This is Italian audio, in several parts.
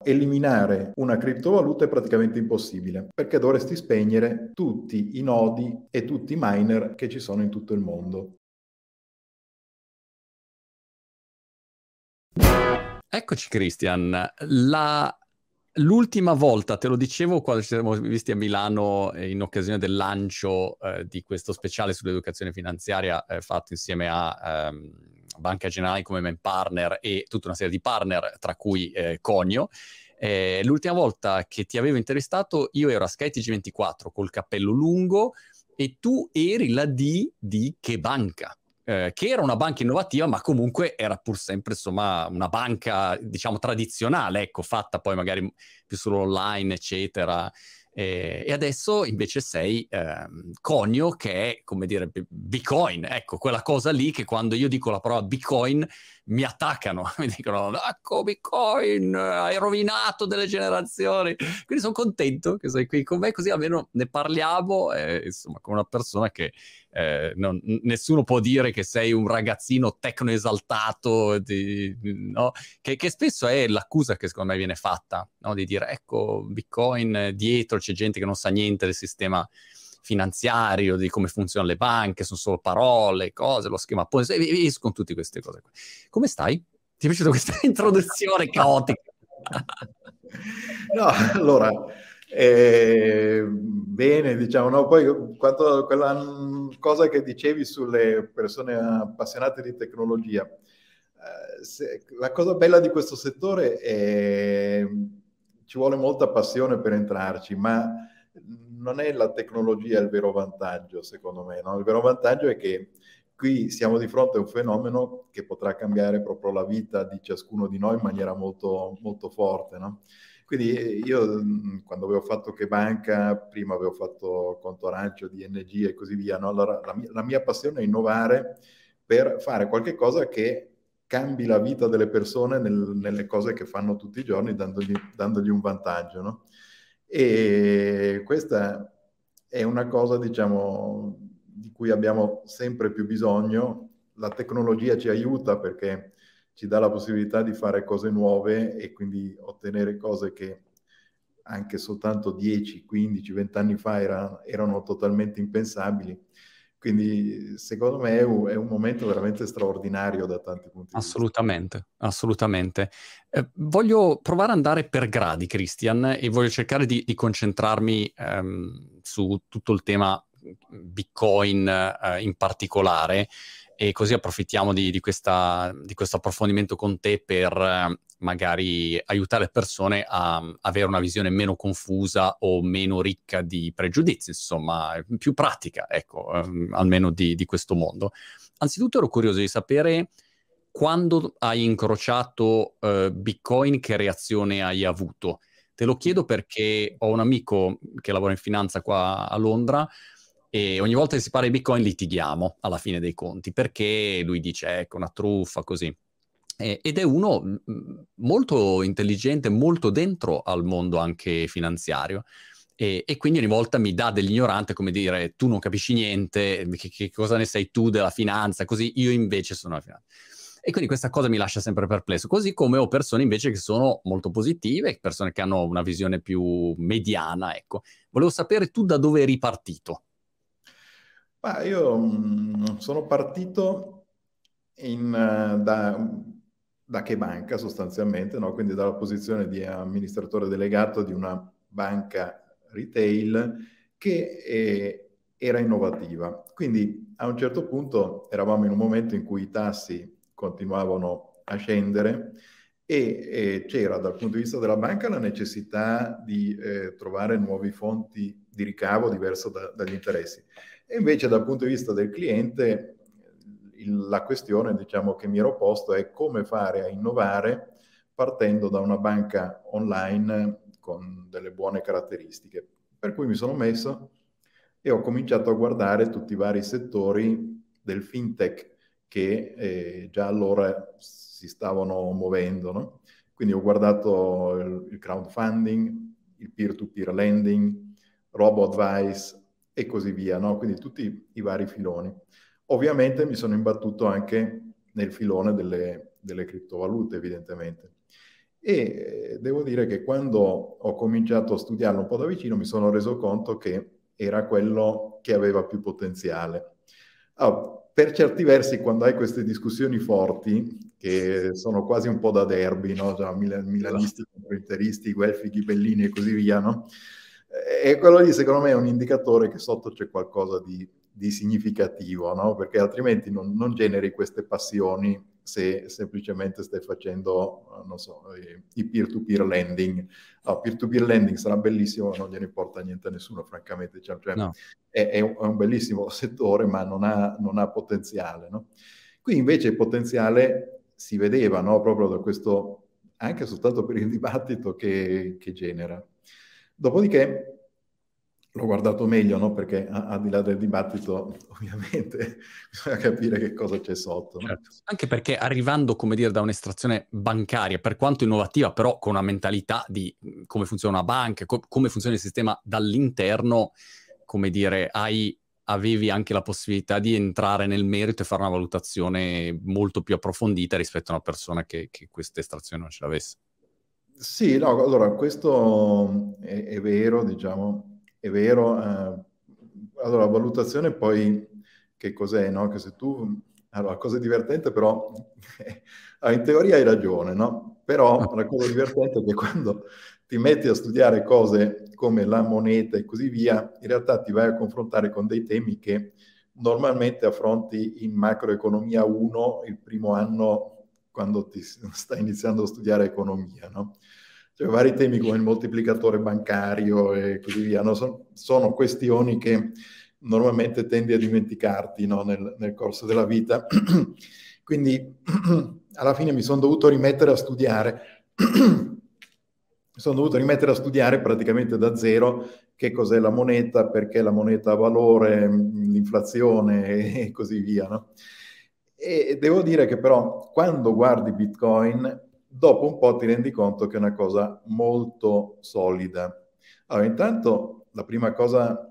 eliminare una criptovaluta è praticamente impossibile, perché dovresti spegnere tutti i nodi e tutti i miner che ci sono in tutto il mondo. Eccoci Christian, l'ultima volta, te lo dicevo quando ci siamo visti a Milano in occasione del lancio di questo speciale sull'educazione finanziaria fatto insieme a Banca Generali come main partner e tutta una serie di partner, tra cui Conio. L'ultima volta che ti avevo intervistato io ero a skyTG24 col cappello lungo e tu eri la D di Che Banca. Che era una banca innovativa, ma comunque era pur sempre, insomma, una banca, diciamo, tradizionale, ecco, fatta poi magari più sull'online, eccetera. E adesso invece sei Conio, che è, come dire, Bitcoin. Ecco, quella cosa lì che quando io dico la parola Bitcoin mi attaccano, mi dicono, ecco, Bitcoin, hai rovinato delle generazioni. Quindi sono contento che sei qui con me, così almeno ne parliamo, insomma, con una persona che nessuno può dire che sei un ragazzino tecno esaltato, no? Che spesso è l'accusa che secondo me viene fatta, no? Di dire ecco Bitcoin dietro c'è gente che non sa niente del sistema finanziario, di come funzionano le banche, sono solo parole, cose, lo schema Ponzi, e escono tutte queste cose qui. Come stai? Ti è piaciuta questa introduzione caotica? No, allora, bene, diciamo, no, poi quella cosa che dicevi sulle persone appassionate di tecnologia, la cosa bella di questo settore è ci vuole molta passione per entrarci, ma non è la tecnologia il vero vantaggio, secondo me, no? Il vero vantaggio è che qui siamo di fronte a un fenomeno che potrà cambiare proprio la vita di ciascuno di noi in maniera molto, molto forte, no? Quindi io quando avevo fatto Che Banca, prima avevo fatto Conto Arancio, DNG e così via, no? Allora la mia passione è innovare per fare qualche cosa che cambi la vita delle persone nelle cose che fanno tutti i giorni, dandogli un vantaggio, no? E questa è una cosa, diciamo, di cui abbiamo sempre più bisogno. La tecnologia ci aiuta perché ci dà la possibilità di fare cose nuove e quindi ottenere cose che anche soltanto 10, 15, 20 anni fa erano totalmente impensabili. Quindi secondo me è un momento veramente straordinario da tanti punti di vista. Assolutamente, assolutamente. Voglio provare ad andare per gradi, Christian, e voglio cercare di concentrarmi su tutto il tema Bitcoin in particolare, e così approfittiamo di questo approfondimento con te per magari aiutare le persone a avere una visione meno confusa o meno ricca di pregiudizi, insomma, più pratica, ecco, almeno di questo mondo. Anzitutto ero curioso di sapere quando hai incrociato Bitcoin, che reazione hai avuto? Te lo chiedo perché ho un amico che lavora in finanza qua a Londra e ogni volta che si parla di Bitcoin litighiamo alla fine dei conti, perché lui dice ecco una truffa così. Ed è uno molto intelligente, molto dentro al mondo anche finanziario. E quindi ogni volta mi dà dell'ignorante, come dire, tu non capisci niente, che cosa ne sai tu della finanza, così io invece sono la finanza. E quindi questa cosa mi lascia sempre perplesso, così come ho persone invece che sono molto positive, persone che hanno una visione più mediana, ecco. Volevo sapere tu da dove eri partito. Ma io sono partito da Che Banca sostanzialmente, no? Quindi dalla posizione di amministratore delegato di una banca retail che era innovativa. Quindi a un certo punto eravamo in un momento in cui i tassi continuavano a scendere e c'era dal punto di vista della banca la necessità di trovare nuovi fonti di ricavo diverso dagli interessi. E invece dal punto di vista del cliente la questione, diciamo, che mi ero posto è come fare a innovare partendo da una banca online con delle buone caratteristiche. Per cui mi sono messo e ho cominciato a guardare tutti i vari settori del fintech che già allora si stavano muovendo, no? Quindi ho guardato il crowdfunding, il peer-to-peer lending, robo-advice e così via, no? Quindi tutti i vari filoni. Ovviamente mi sono imbattuto anche nel filone delle criptovalute, evidentemente. E devo dire che quando ho cominciato a studiarlo un po' da vicino mi sono reso conto che era quello che aveva più potenziale. Per certi versi, quando hai queste discussioni forti, che sono quasi un po' da derby, no? Già, milanisti contro interisti, guelfi, ghibellini e così via, no? E quello lì, secondo me, è un indicatore che sotto c'è qualcosa di significativo, no? Perché altrimenti non generi queste passioni se semplicemente stai facendo, non so, i peer-to-peer lending. No, peer-to-peer lending sarà bellissimo, ma non gliene importa niente a nessuno, francamente. Cioè, No. è un bellissimo settore, ma non ha potenziale, no? Qui invece il potenziale si vedeva, no? Proprio da questo, anche soltanto per il dibattito che genera. Dopodiché l'ho guardato meglio, no? Perché al di là del dibattito, ovviamente, bisogna capire che cosa c'è sotto, no? Certo. Anche perché arrivando, come dire, da un'estrazione bancaria, per quanto innovativa, però con una mentalità di come funziona una banca, come funziona il sistema dall'interno, come dire, avevi anche la possibilità di entrare nel merito e fare una valutazione molto più approfondita rispetto a una persona che questa estrazione non ce l'avesse. Sì, no, allora questo è vero, diciamo, è vero. Allora, valutazione poi che cos'è, no? Che se tu... Allora, cosa divertente però, in teoria hai ragione, no? Però la cosa divertente è che quando ti metti a studiare cose come la moneta e così via, in realtà ti vai a confrontare con dei temi che normalmente affronti in macroeconomia 1 il primo anno quando ti stai iniziando a studiare economia, no? Cioè, vari temi come il moltiplicatore bancario e così via, no? Sono questioni che normalmente tendi a dimenticarti, no? Nel corso della vita. Quindi alla fine mi sono dovuto rimettere a studiare. Sono dovuto rimettere a studiare praticamente da zero che cos'è la moneta, perché la moneta ha valore, l'inflazione e così via, no? E devo dire che però quando guardi Bitcoin, dopo un po' ti rendi conto che è una cosa molto solida. Allora, intanto la prima cosa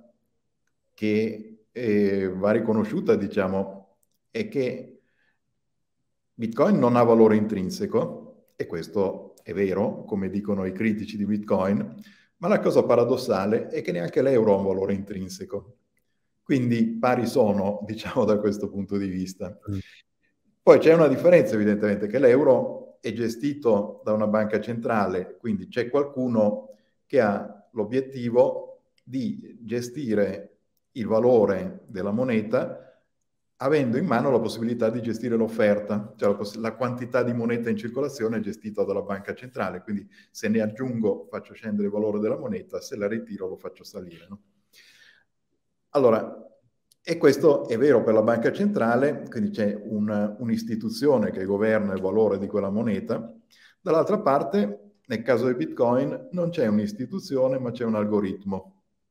che va riconosciuta, diciamo, è che Bitcoin non ha valore intrinseco, e questo è vero, come dicono i critici di Bitcoin, ma la cosa paradossale è che neanche l'euro ha un valore intrinseco. Quindi pari sono, diciamo, da questo punto di vista. Mm. Poi c'è una differenza, evidentemente, che l'euro è gestito da una banca centrale, quindi c'è qualcuno che ha l'obiettivo di gestire il valore della moneta avendo in mano la possibilità di gestire l'offerta, cioè la quantità di moneta in circolazione è gestita dalla banca centrale, quindi se ne aggiungo faccio scendere il valore della moneta, se la ritiro lo faccio salire, no? Allora, e questo è vero per la banca centrale, quindi c'è un'istituzione che governa il valore di quella moneta. Dall'altra parte, nel caso del Bitcoin, non c'è un'istituzione, ma c'è un algoritmo.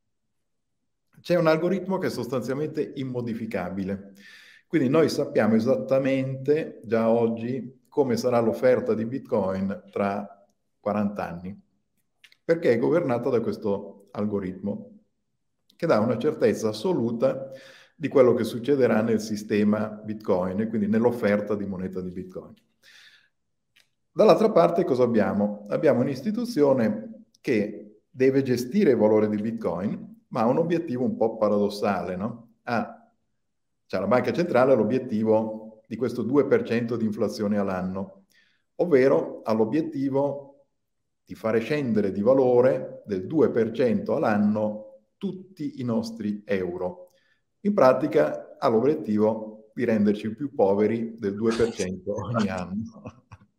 C'è un algoritmo che è sostanzialmente immodificabile. Quindi noi sappiamo esattamente già oggi come sarà l'offerta di Bitcoin tra 40 anni, perché è governata da questo algoritmo che dà una certezza assoluta di quello che succederà nel sistema Bitcoin e quindi nell'offerta di moneta di Bitcoin. Dall'altra parte cosa abbiamo? Abbiamo un'istituzione che deve gestire il valore di Bitcoin, ma ha un obiettivo un po' paradossale, no? Cioè la banca centrale ha l'obiettivo di questo 2% di inflazione all'anno, ovvero ha l'obiettivo di fare scendere di valore del 2% all'anno tutti i nostri euro. In pratica ha l'obiettivo di renderci più poveri del 2% ogni anno.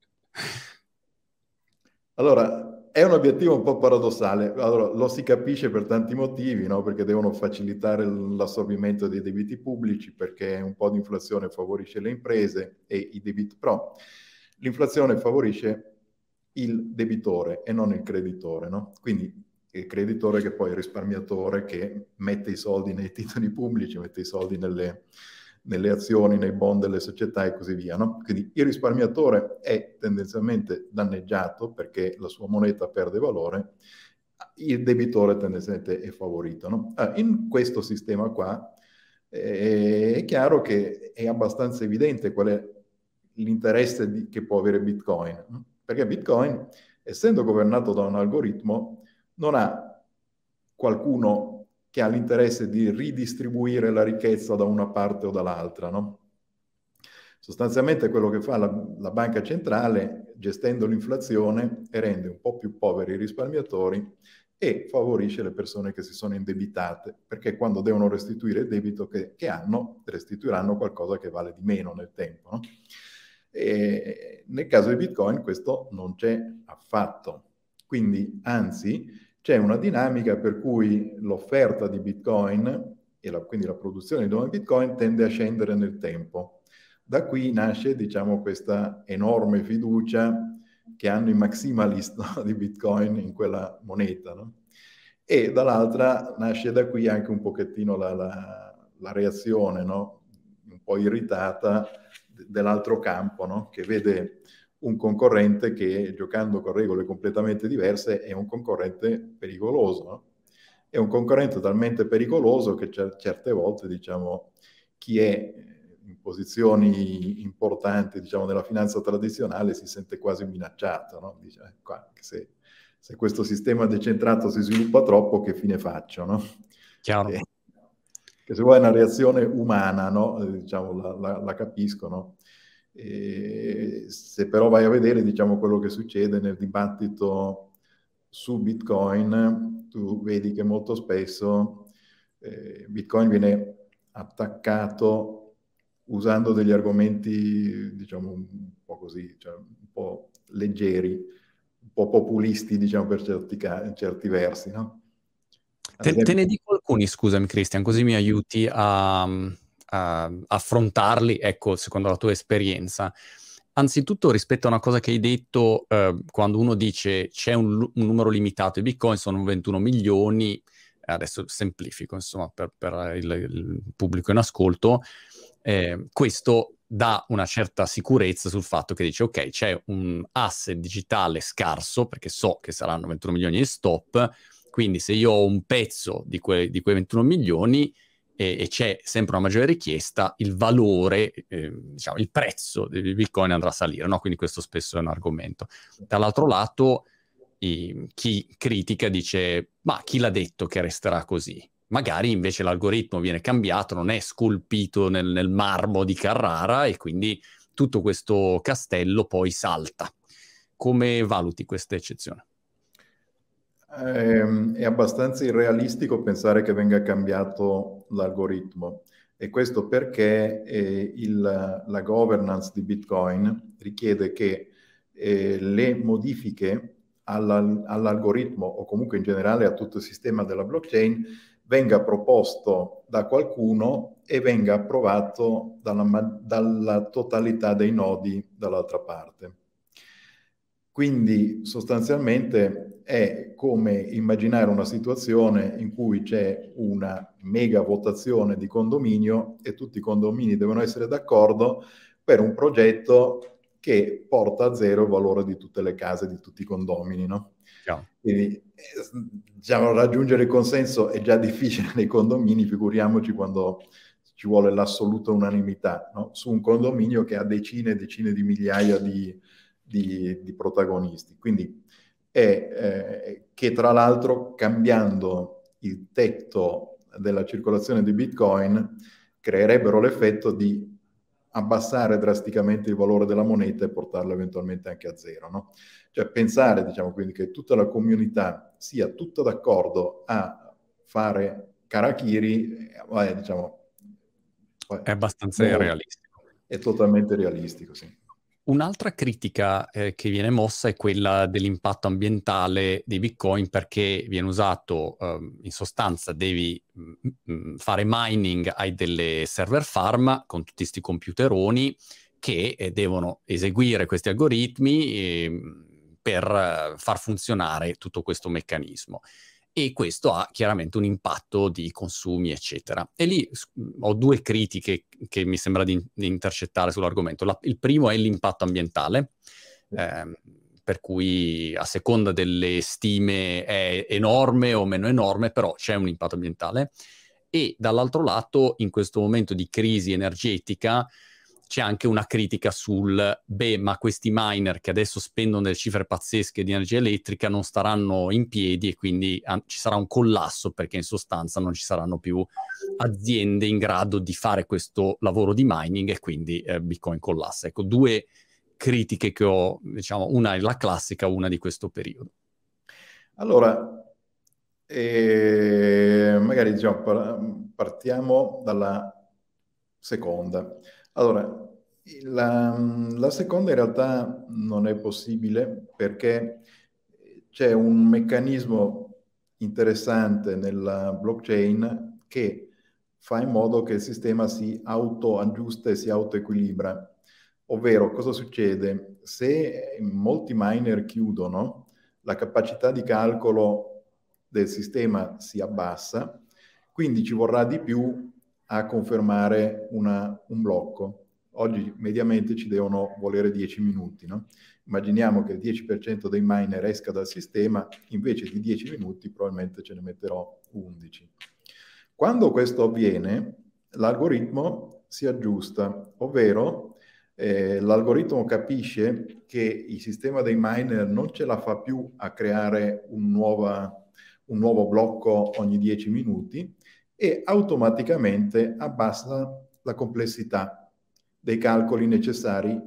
Allora, è un obiettivo un po' paradossale. Allora, lo si capisce per tanti motivi, no? Perché devono facilitare l'assorbimento dei debiti pubblici, perché un po' di inflazione favorisce le imprese e i debiti, però l'inflazione favorisce il debitore e non il creditore, no? Quindi il creditore che poi è il risparmiatore che mette i soldi nei titoli pubblici, mette i soldi nelle azioni, nei bond delle società e così via, no? Quindi il risparmiatore è tendenzialmente danneggiato perché la sua moneta perde valore, il debitore tendenzialmente è favorito, no? In questo sistema qua è chiaro che è abbastanza evidente qual è l'interesse che può avere Bitcoin, perché Bitcoin essendo governato da un algoritmo, non ha qualcuno che ha l'interesse di ridistribuire la ricchezza da una parte o dall'altra, no? Sostanzialmente quello che fa la banca centrale, gestendo l'inflazione, rende un po' più poveri i risparmiatori e favorisce le persone che si sono indebitate, perché quando devono restituire il debito che hanno, restituiranno qualcosa che vale di meno nel tempo, no? E nel caso di Bitcoin questo non c'è affatto. Quindi, anzi, c'è una dinamica per cui l'offerta di Bitcoin e quindi la produzione di nuovi Bitcoin tende a scendere nel tempo. Da qui nasce, diciamo, questa enorme fiducia che hanno i maximalist, no, di Bitcoin in quella moneta, no? E dall'altra nasce da qui anche un pochettino la reazione, no? Un po' irritata dell'altro campo, no? Che vede un concorrente che, giocando con regole completamente diverse, è un concorrente pericoloso, no? È un concorrente talmente pericoloso che certe volte, diciamo, chi è in posizioni importanti, diciamo, nella finanza tradizionale si sente quasi minacciato, no? Dice, qua, se questo sistema decentrato si sviluppa troppo, che fine faccio, no? Chiaro. Che se vuoi è una reazione umana, no? Diciamo, la capisco, no? E se però vai a vedere, diciamo, quello che succede nel dibattito su Bitcoin, tu vedi che molto spesso Bitcoin viene attaccato usando degli argomenti, diciamo, un po' così, cioè un po' leggeri, un po' populisti, diciamo, per certi versi, no? Te ne dico alcuni, scusami Christian, così mi aiuti a affrontarli, ecco, secondo la tua esperienza. Anzitutto, rispetto a una cosa che hai detto, quando uno dice c'è un numero limitato di Bitcoin, sono 21 milioni, adesso semplifico, insomma, per il pubblico in ascolto, questo dà una certa sicurezza sul fatto che dice, ok, c'è un asset digitale scarso, perché so che saranno 21 milioni di stop, quindi se io ho un pezzo di quei 21 milioni e c'è sempre una maggiore richiesta, il valore, diciamo, il prezzo di Bitcoin andrà a salire, no? Quindi questo spesso è un argomento. Dall'altro lato, chi critica dice, ma chi l'ha detto che resterà così? Magari invece l'algoritmo viene cambiato, non è scolpito nel marmo di Carrara e quindi tutto questo castello poi salta. Come valuti questa eccezione? È abbastanza irrealistico pensare che venga cambiato l'algoritmo e questo perché la governance di Bitcoin richiede che le modifiche all'algoritmo o comunque in generale a tutto il sistema della blockchain venga proposto da qualcuno e venga approvato dalla totalità dei nodi dall'altra parte. Quindi sostanzialmente è come immaginare una situazione in cui c'è una mega votazione di condominio e tutti i condomini devono essere d'accordo per un progetto che porta a zero il valore di tutte le case, di tutti i condomini, no? Quindi diciamo, raggiungere il consenso è già difficile nei condomini, figuriamoci quando ci vuole l'assoluta unanimità, no? Su un condominio che ha decine e decine di migliaia di protagonisti. Quindi è che tra l'altro cambiando il tetto della circolazione di Bitcoin creerebbero l'effetto di abbassare drasticamente il valore della moneta e portarlo eventualmente anche a zero, no? Cioè pensare, diciamo, quindi che tutta la comunità sia tutta d'accordo a fare Karakiri, diciamo, è abbastanza irrealistico. È totalmente realistico, sì. Un'altra critica che viene mossa è quella dell'impatto ambientale di Bitcoin, perché viene usato, in sostanza devi fare mining, hai delle server farm con tutti questi computeroni che devono eseguire questi algoritmi per far funzionare tutto questo meccanismo. E questo ha chiaramente un impatto di consumi, eccetera. E lì ho due critiche che mi sembra di intercettare sull'argomento. Il primo è l'impatto ambientale, per cui a seconda delle stime è enorme o meno enorme, però c'è un impatto ambientale. E dall'altro lato, in questo momento di crisi energetica, c'è anche una critica sul, ma questi miner che adesso spendono delle cifre pazzesche di energia elettrica non staranno in piedi e quindi ci sarà un collasso, perché in sostanza non ci saranno più aziende in grado di fare questo lavoro di mining e quindi Bitcoin collassa. Ecco, due critiche che ho, diciamo, una è la classica, una di questo periodo. Allora, magari diciamo, partiamo dalla seconda. Allora, la seconda in realtà non è possibile perché c'è un meccanismo interessante nella blockchain che fa in modo che il sistema si auto-aggiusta e si auto-equilibra. Ovvero, cosa succede? Se molti miner chiudono, la capacità di calcolo del sistema si abbassa, quindi ci vorrà di più a confermare un blocco. Oggi mediamente ci devono volere 10 minuti, no? Immaginiamo che il 10% dei miner esca dal sistema, invece di 10 minuti probabilmente ce ne metterò 11. Quando questo avviene, l'algoritmo si aggiusta, ovvero l'algoritmo capisce che il sistema dei miner non ce la fa più a creare un nuovo blocco ogni 10 minuti e automaticamente abbassa la complessità dei calcoli necessari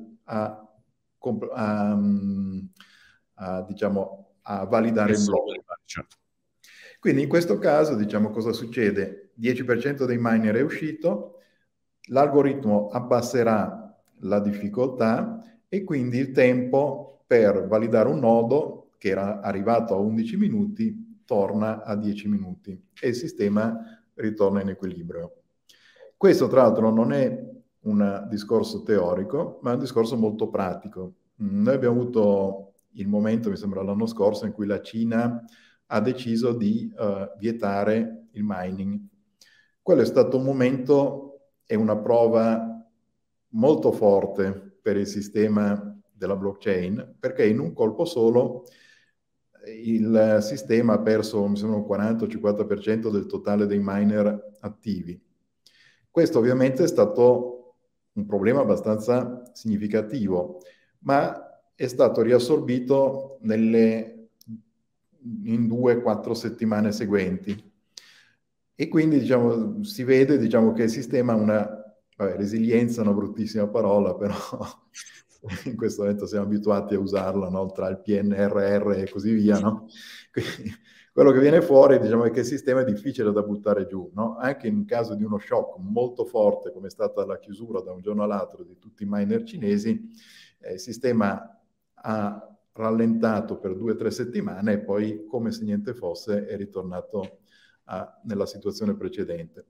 diciamo, a validare il blocco. Certo. Quindi in questo caso, diciamo, cosa succede? 10% dei miner è uscito, l'algoritmo abbasserà la difficoltà e quindi il tempo per validare un nodo che era arrivato a 11 minuti torna a 10 minuti e il sistema ritorna in equilibrio. Questo tra l'altro non è un discorso teorico, ma è un discorso molto pratico. Noi abbiamo avuto il momento, mi sembra l'anno scorso, in cui la Cina ha deciso di vietare il mining. Quello è stato un momento e una prova molto forte per il sistema della blockchain, perché in un colpo solo il sistema ha perso, mi sembra, un 40-50% del totale dei miner attivi. Questo ovviamente è stato un problema abbastanza significativo, ma è stato riassorbito in 2-4 settimane seguenti. E quindi diciamo, si vede diciamo, che il sistema ha una resilienza, è una bruttissima parola, però in questo momento siamo abituati a usarla, no? Tra il PNRR e così via. No? Quindi, quello che viene fuori diciamo, è che il sistema è difficile da buttare giù, no? Anche in caso di uno shock molto forte, come è stata la chiusura da un giorno all'altro di tutti i miner cinesi, il sistema ha rallentato per 2 o 3 settimane e poi, come se niente fosse, è ritornato nella situazione precedente.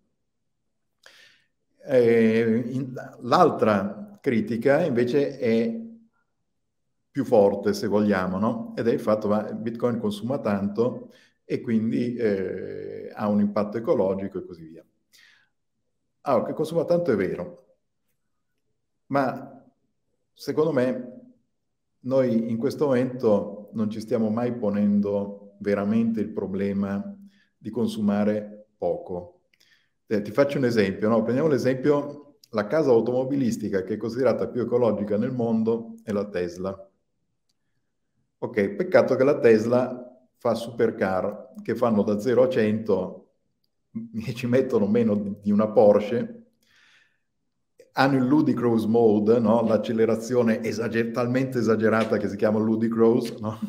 L'altra critica invece è più forte, se vogliamo, no? Ed è il fatto che Bitcoin consuma tanto e quindi ha un impatto ecologico e così via. Allora, che consuma tanto è vero, ma secondo me noi in questo momento non ci stiamo mai ponendo veramente il problema di consumare poco. Ti faccio un esempio, no? Prendiamo l'esempio, la casa automobilistica che è considerata più ecologica nel mondo è la Tesla. Ok, peccato che la Tesla fa supercar che fanno da 0 a 100 e ci mettono meno di una Porsche, hanno il ludicrous mode, no? L'accelerazione talmente esagerata che si chiama ludicrous, no?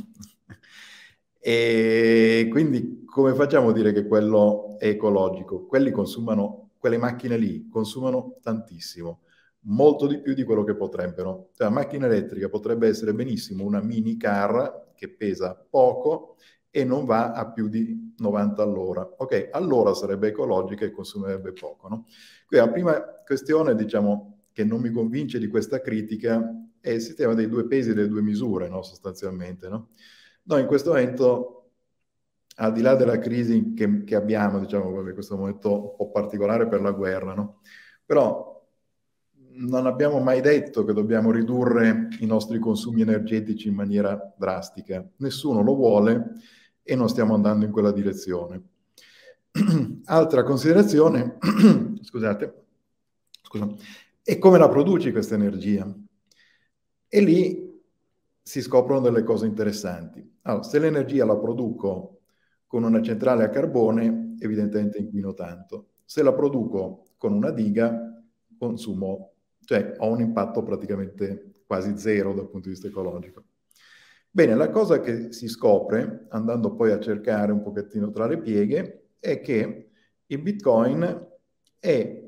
E quindi come facciamo a dire che quello è ecologico? Quelle macchine lì consumano tantissimo, molto di più di quello che potrebbero. Cioè, la macchina elettrica potrebbe essere benissimo una mini car che pesa poco e non va a più di 90 all'ora. Ok, allora sarebbe ecologica e consumerebbe poco, no? Quindi la prima questione, diciamo, che non mi convince di questa critica è il sistema dei 2 pesi e delle 2 misure, no? Sostanzialmente, no? Noi in questo momento, al di là della crisi che abbiamo, diciamo, in questo momento un po' particolare per la guerra, no? Però non abbiamo mai detto che dobbiamo ridurre i nostri consumi energetici in maniera drastica. Nessuno lo vuole e non stiamo andando in quella direzione. Altra considerazione, scusate, E come la produci questa energia? E lì si scoprono delle cose interessanti. Allora, se l'energia la produco con una centrale a carbone, evidentemente inquino tanto. Se la produco con una diga, consumo, cioè ho un impatto praticamente quasi zero dal punto di vista ecologico. Bene, la cosa che si scopre, andando poi a cercare un pochettino tra le pieghe, è che il Bitcoin è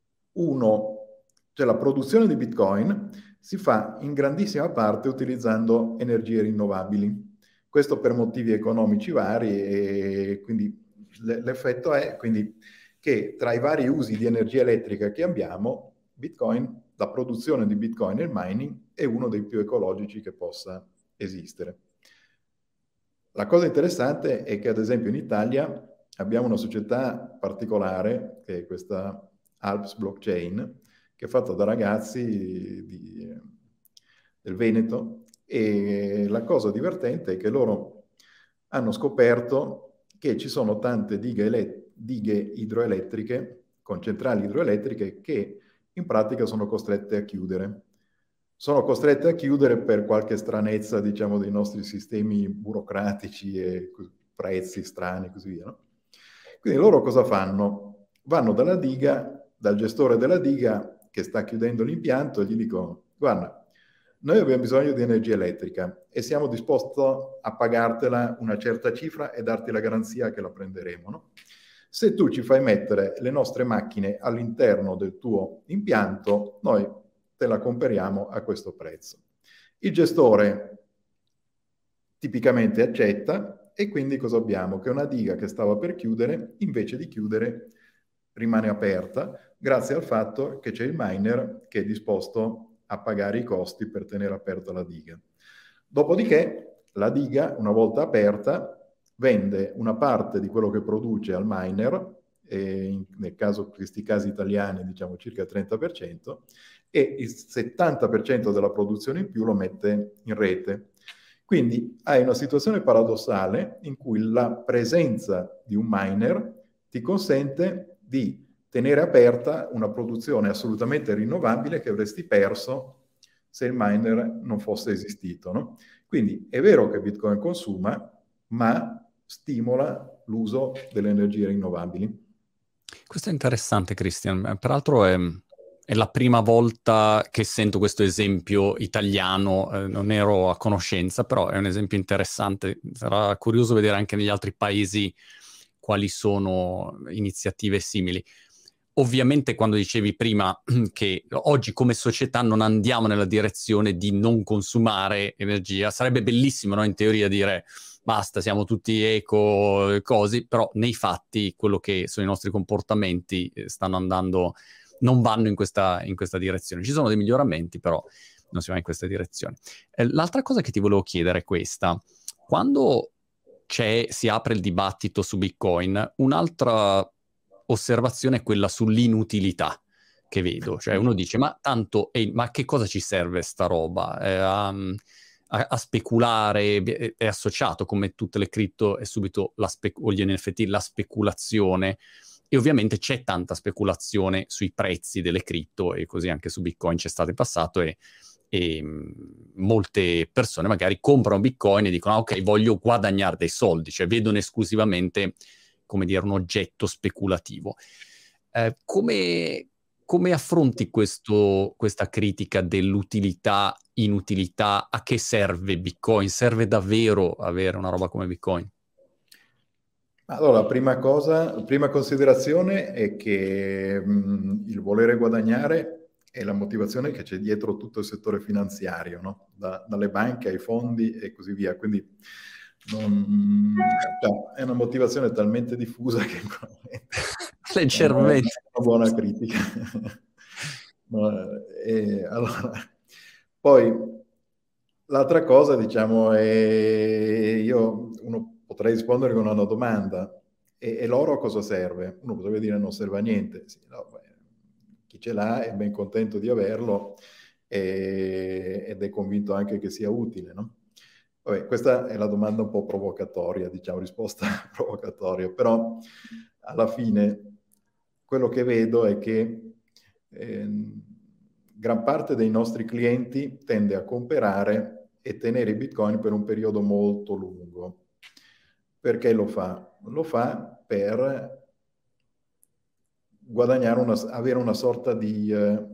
cioè la produzione di Bitcoin si fa in grandissima parte utilizzando energie rinnovabili. Questo per motivi economici vari e quindi l'effetto è quindi che tra i vari usi di energia elettrica che abbiamo, Bitcoin, la produzione di Bitcoin e il mining è uno dei più ecologici che possa esistere. La cosa interessante è che ad esempio in Italia abbiamo una società particolare, che è questa Alps Blockchain, che è fatta da ragazzi del Veneto, e la cosa divertente è che loro hanno scoperto che ci sono tante dighe idroelettriche, con centrali idroelettriche, che in pratica sono costrette a chiudere. Sono costrette a chiudere per qualche stranezza, diciamo, dei nostri sistemi burocratici e prezzi strani e così via, no? Quindi loro cosa fanno? Vanno dalla diga, dal gestore della diga che sta chiudendo l'impianto e gli dicono: guarda, noi abbiamo bisogno di energia elettrica e siamo disposti a pagartela una certa cifra e darti la garanzia che la prenderemo, no? Se tu ci fai mettere le nostre macchine all'interno del tuo impianto, noi te la comperiamo a questo prezzo. Il gestore tipicamente accetta e quindi cosa abbiamo? Che una diga che stava per chiudere, invece di chiudere, rimane aperta grazie al fatto che c'è il miner che è disposto a pagare i costi per tenere aperta la diga. Dopodiché la diga, una volta aperta, vende una parte di quello che produce al miner, nel caso, in questi casi italiani, diciamo circa il 30%, e il 70% della produzione in più lo mette in rete. Quindi hai una situazione paradossale in cui la presenza di un miner ti consente di tenere aperta una produzione assolutamente rinnovabile che avresti perso se il miner non fosse esistito, no? Quindi è vero che Bitcoin consuma, ma stimola l'uso delle energie rinnovabili. Questo è interessante, Christian. Peraltro è la prima volta che sento questo esempio italiano, non ero a conoscenza, però è un esempio interessante. Sarà curioso vedere anche negli altri paesi quali sono iniziative simili. Ovviamente quando dicevi prima che oggi come società non andiamo nella direzione di non consumare energia, sarebbe bellissimo, no, in teoria dire basta, siamo tutti eco, così, però nei fatti quello che sono i nostri comportamenti stanno andando, non vanno in questa direzione. Ci sono dei miglioramenti, però non si va in questa direzione. L'altra cosa che ti volevo chiedere è questa. Quando si apre il dibattito su Bitcoin, un'altra osservazione è quella sull'inutilità che vedo. Cioè uno dice, ma tanto, ma che cosa ci serve sta roba? A speculare, è associato come tutte le cripto, è subito o gli NFT, la speculazione, e ovviamente c'è tanta speculazione sui prezzi delle cripto, e così anche su Bitcoin c'è stato in passato, e molte persone magari comprano Bitcoin e dicono, ok, voglio guadagnare dei soldi, cioè vedono esclusivamente, come dire, un oggetto speculativo. Come affronti questa critica dell'utilità, inutilità? A che serve Bitcoin? Serve davvero avere una roba come Bitcoin? Allora, la prima considerazione è che il volere guadagnare è la motivazione che c'è dietro tutto il settore finanziario, no? Dalle banche ai fondi e così via. Quindi è una motivazione talmente diffusa che leggermente è una buona critica. Allora, poi l'altra cosa, diciamo, è uno potrei rispondere con una domanda. E l'oro a cosa serve? Uno potrebbe dire non serve a niente. Sì, no, chi ce l'ha è ben contento di averlo ed è convinto anche che sia utile, no? Vabbè, questa è la domanda un po' provocatoria, diciamo, risposta provocatoria, però alla fine quello che vedo è che gran parte dei nostri clienti tende a comprare e tenere i Bitcoin per un periodo molto lungo. Perché lo fa? Lo fa per guadagnare avere una sorta di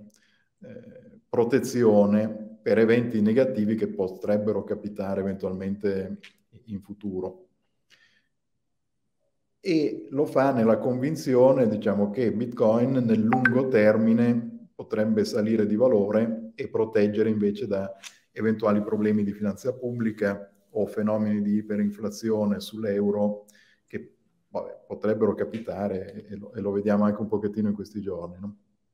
protezione per eventi negativi che potrebbero capitare eventualmente in futuro. E lo fa nella convinzione, diciamo, che Bitcoin nel lungo termine potrebbe salire di valore e proteggere invece da eventuali problemi di finanza pubblica o fenomeni di iperinflazione sull'euro che potrebbero capitare e lo vediamo anche un pochettino in questi giorni, no?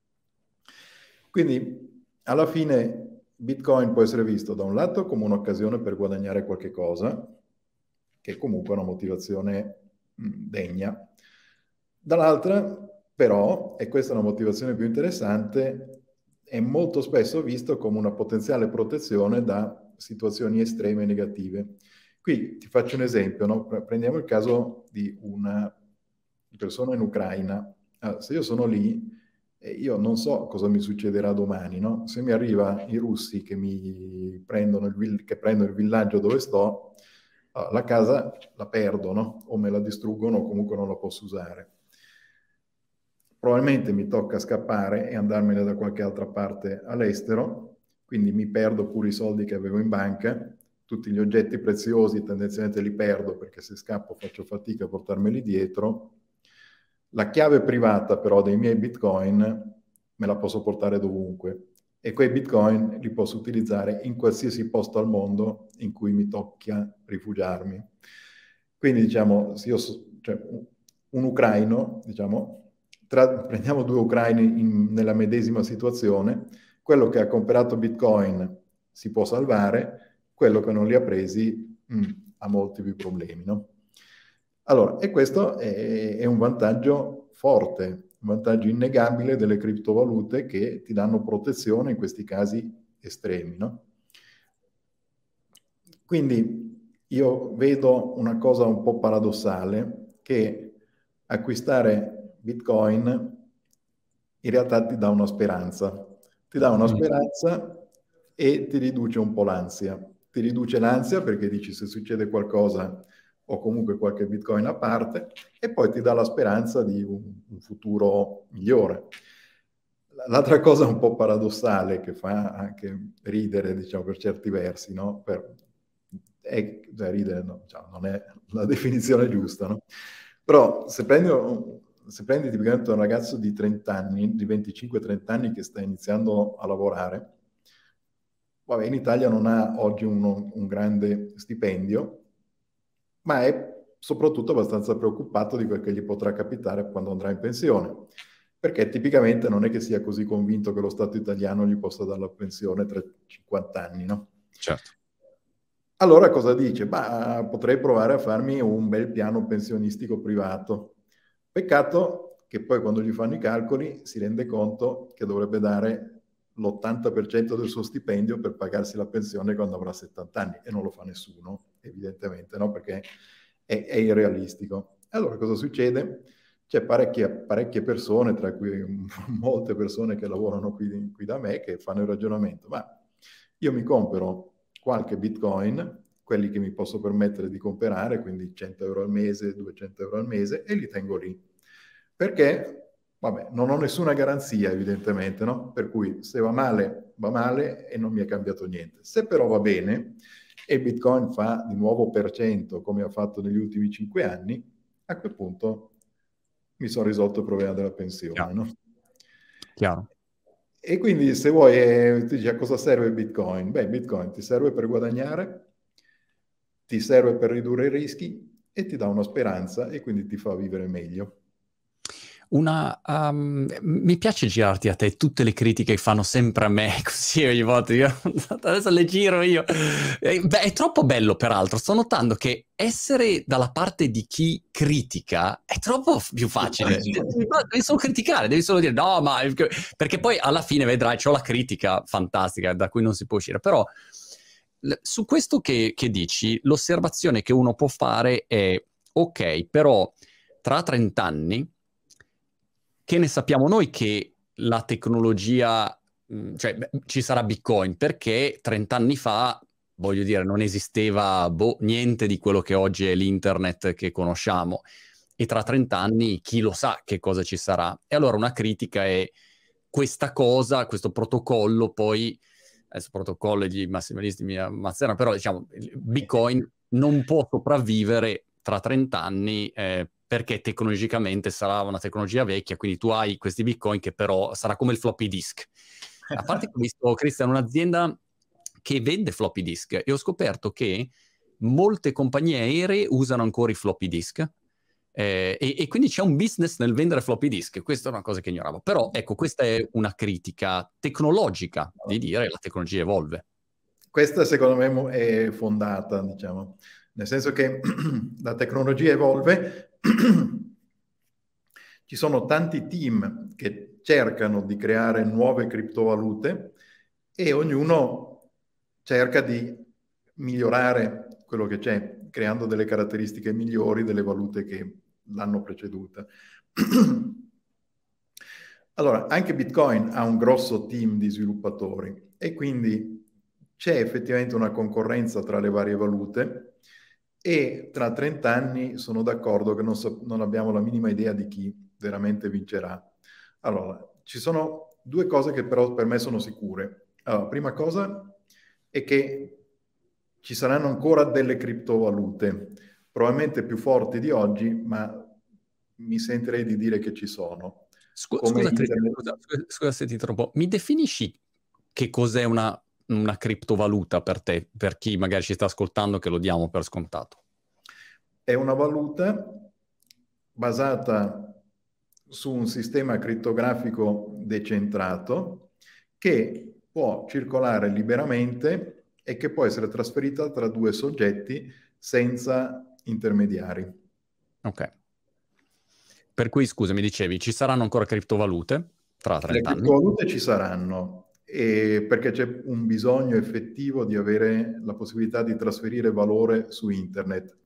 Quindi alla fine Bitcoin può essere visto da un lato come un'occasione per guadagnare qualche cosa, che è comunque una motivazione degna. Dall'altra, però, e questa è una motivazione più interessante, è molto spesso visto come una potenziale protezione da situazioni estreme e negative. Qui ti faccio un esempio, no? Prendiamo il caso di una persona in Ucraina. Se io sono lì, io non so cosa mi succederà domani, no? Se mi arriva i russi che mi prendono che prendono il villaggio dove sto, la casa la perdo, no? O me la distruggono o comunque non la posso usare. Probabilmente mi tocca scappare e andarmene da qualche altra parte all'estero, quindi mi perdo pure i soldi che avevo in banca, tutti gli oggetti preziosi tendenzialmente li perdo perché se scappo faccio fatica a portarmeli dietro. La chiave privata però dei miei Bitcoin me la posso portare dovunque e quei Bitcoin li posso utilizzare in qualsiasi posto al mondo in cui mi tocca rifugiarmi. Quindi diciamo, se io cioè, un ucraino, diciamo, prendiamo due ucraini nella medesima situazione, quello che ha comprato Bitcoin si può salvare, quello che non li ha presi ha molti più problemi, no? Allora, e questo è un vantaggio forte, un vantaggio innegabile delle criptovalute che ti danno protezione in questi casi estremi, no? Quindi io vedo una cosa un po' paradossale, che acquistare Bitcoin in realtà ti dà una speranza. Ti dà una speranza e ti riduce un po' l'ansia. Ti riduce l'ansia perché dici se succede qualcosa o comunque qualche Bitcoin a parte e poi ti dà la speranza di un futuro migliore. L'altra cosa un po' paradossale che fa anche ridere, diciamo, per certi versi, no? Cioè, ridere no, diciamo, non è la definizione giusta, no? Però se prendi tipicamente un ragazzo di 30 anni, di 25-30 anni che sta iniziando a lavorare, vabbè, in Italia non ha oggi un grande stipendio, ma è soprattutto abbastanza preoccupato di quel che gli potrà capitare quando andrà in pensione, perché tipicamente non è che sia così convinto che lo Stato italiano gli possa dare la pensione tra 50 anni, no? Certo. Allora cosa dice? Bah, potrei provare a farmi un bel piano pensionistico privato. Peccato che poi quando gli fanno i calcoli si rende conto che dovrebbe dare l'80% del suo stipendio per pagarsi la pensione quando avrà 70 anni e non lo fa nessuno, evidentemente, no? Perché è irrealistico. Allora cosa succede? C'è parecchie persone, tra cui molte persone che lavorano qui da me, che fanno il ragionamento, ma io mi compro qualche Bitcoin, quelli che mi posso permettere di comprare, quindi 100 euro al mese, 200 euro al mese, e li tengo lì. Perché, vabbè, non ho nessuna garanzia, evidentemente, no? Per cui se va male e non mi è cambiato niente. Se però va bene e Bitcoin fa di nuovo per cento, come ha fatto negli ultimi 5 anni, a quel punto mi sono risolto il problema della pensione, no? Chiaro. E quindi se vuoi, tu dici a cosa serve il Bitcoin? Beh, il Bitcoin ti serve per guadagnare, ti serve per ridurre i rischi e ti dà una speranza e quindi ti fa vivere meglio. Mi piace girarti a te tutte le critiche che fanno sempre a me, così ogni volta io adesso le giro io. Beh, è troppo bello, peraltro. Sto notando che essere dalla parte di chi critica è troppo più facile. Devi solo criticare, devi solo dire no, ma perché poi alla fine vedrai, c'ho la critica fantastica da cui non si può uscire. Però su questo che dici, l'osservazione che uno può fare è ok, però tra 30 anni che ne sappiamo noi che la tecnologia cioè, ci sarà Bitcoin, perché 30 anni fa, voglio dire, non esisteva niente di quello che oggi è l'internet che conosciamo. E tra 30 anni chi lo sa che cosa ci sarà. E allora una critica è questa cosa, questo protocollo, poi, adesso protocollo gli massimalisti mi ammazzeranno, però diciamo, il Bitcoin non può sopravvivere tra 30 anni perché tecnologicamente sarà una tecnologia vecchia, quindi tu hai questi Bitcoin che però sarà come il floppy disk. A parte che ho visto, Christian, un'azienda che vende floppy disk e ho scoperto che molte compagnie aeree usano ancora i floppy disk. E quindi c'è un business nel vendere floppy disk, questa è una cosa che ignoravo. Però ecco, questa è una critica tecnologica di dire la tecnologia evolve. Questa secondo me è fondata, diciamo, nel senso che la tecnologia evolve, ci sono tanti team che cercano di creare nuove criptovalute e ognuno cerca di migliorare quello che c'è, creando delle caratteristiche migliori delle valute che l'hanno preceduta. Allora, anche Bitcoin ha un grosso team di sviluppatori e quindi c'è effettivamente una concorrenza tra le varie valute e tra 30 anni sono d'accordo che non abbiamo la minima idea di chi veramente vincerà. Allora, ci sono due cose che però per me sono sicure. Allora, prima cosa è che ci saranno ancora delle criptovalute, probabilmente più forti di oggi, ma mi sentirei di dire che ci sono. Come Scusa, internet. scusa se ti interrompo, mi definisci che cos'è una criptovaluta per te, per chi magari ci sta ascoltando che lo diamo per scontato? È una valuta basata su un sistema crittografico decentrato che può circolare liberamente e che può essere trasferita tra due soggetti senza intermediari. Ok. Per cui, scusa, mi dicevi, ci saranno ancora criptovalute tra Le 30 anni? criptovalute ci saranno, perché c'è un bisogno effettivo di avere la possibilità di trasferire valore su internet.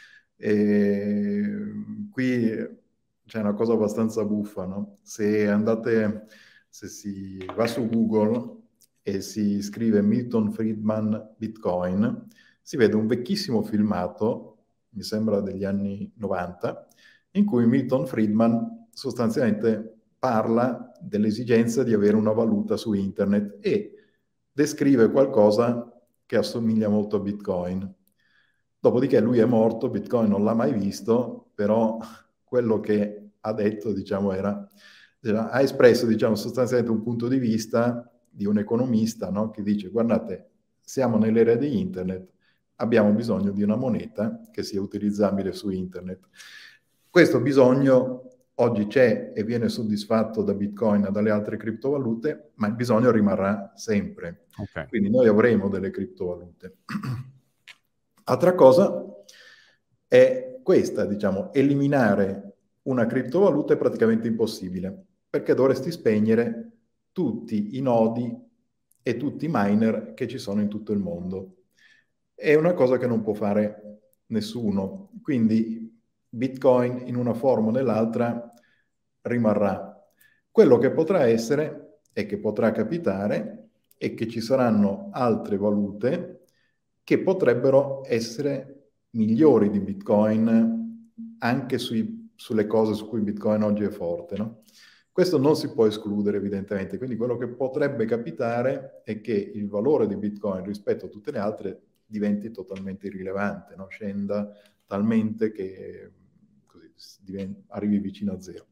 E qui c'è una cosa abbastanza buffa, no? Se si va su Google e si scrive Milton Friedman Bitcoin, si vede un vecchissimo filmato, mi sembra degli anni 90, in cui Milton Friedman sostanzialmente parla dell'esigenza di avere una valuta su internet e descrive qualcosa che assomiglia molto a Bitcoin. Dopodiché lui è morto, Bitcoin non l'ha mai visto, però quello che ha detto, diciamo, ha espresso, diciamo, sostanzialmente un punto di vista di un economista, no? Che dice, guardate, siamo nell'era di internet, abbiamo bisogno di una moneta che sia utilizzabile su internet. Questo bisogno oggi c'è e viene soddisfatto da Bitcoin e dalle altre criptovalute, ma il bisogno rimarrà sempre. Ok. Quindi noi avremo delle criptovalute. Altra cosa è questa, diciamo, eliminare una criptovaluta è praticamente impossibile, perché dovresti spegnere tutti i nodi e tutti i miner che ci sono in tutto il mondo. È una cosa che non può fare nessuno. Quindi Bitcoin in una forma o nell'altra rimarrà. Quello che potrà essere e che potrà capitare è che ci saranno altre valute che potrebbero essere migliori di Bitcoin anche sulle cose su cui Bitcoin oggi è forte, no? Questo non si può escludere evidentemente, quindi quello che potrebbe capitare è che il valore di Bitcoin rispetto a tutte le altre diventi totalmente irrilevante, no? Scenda talmente che così, arrivi vicino a zero.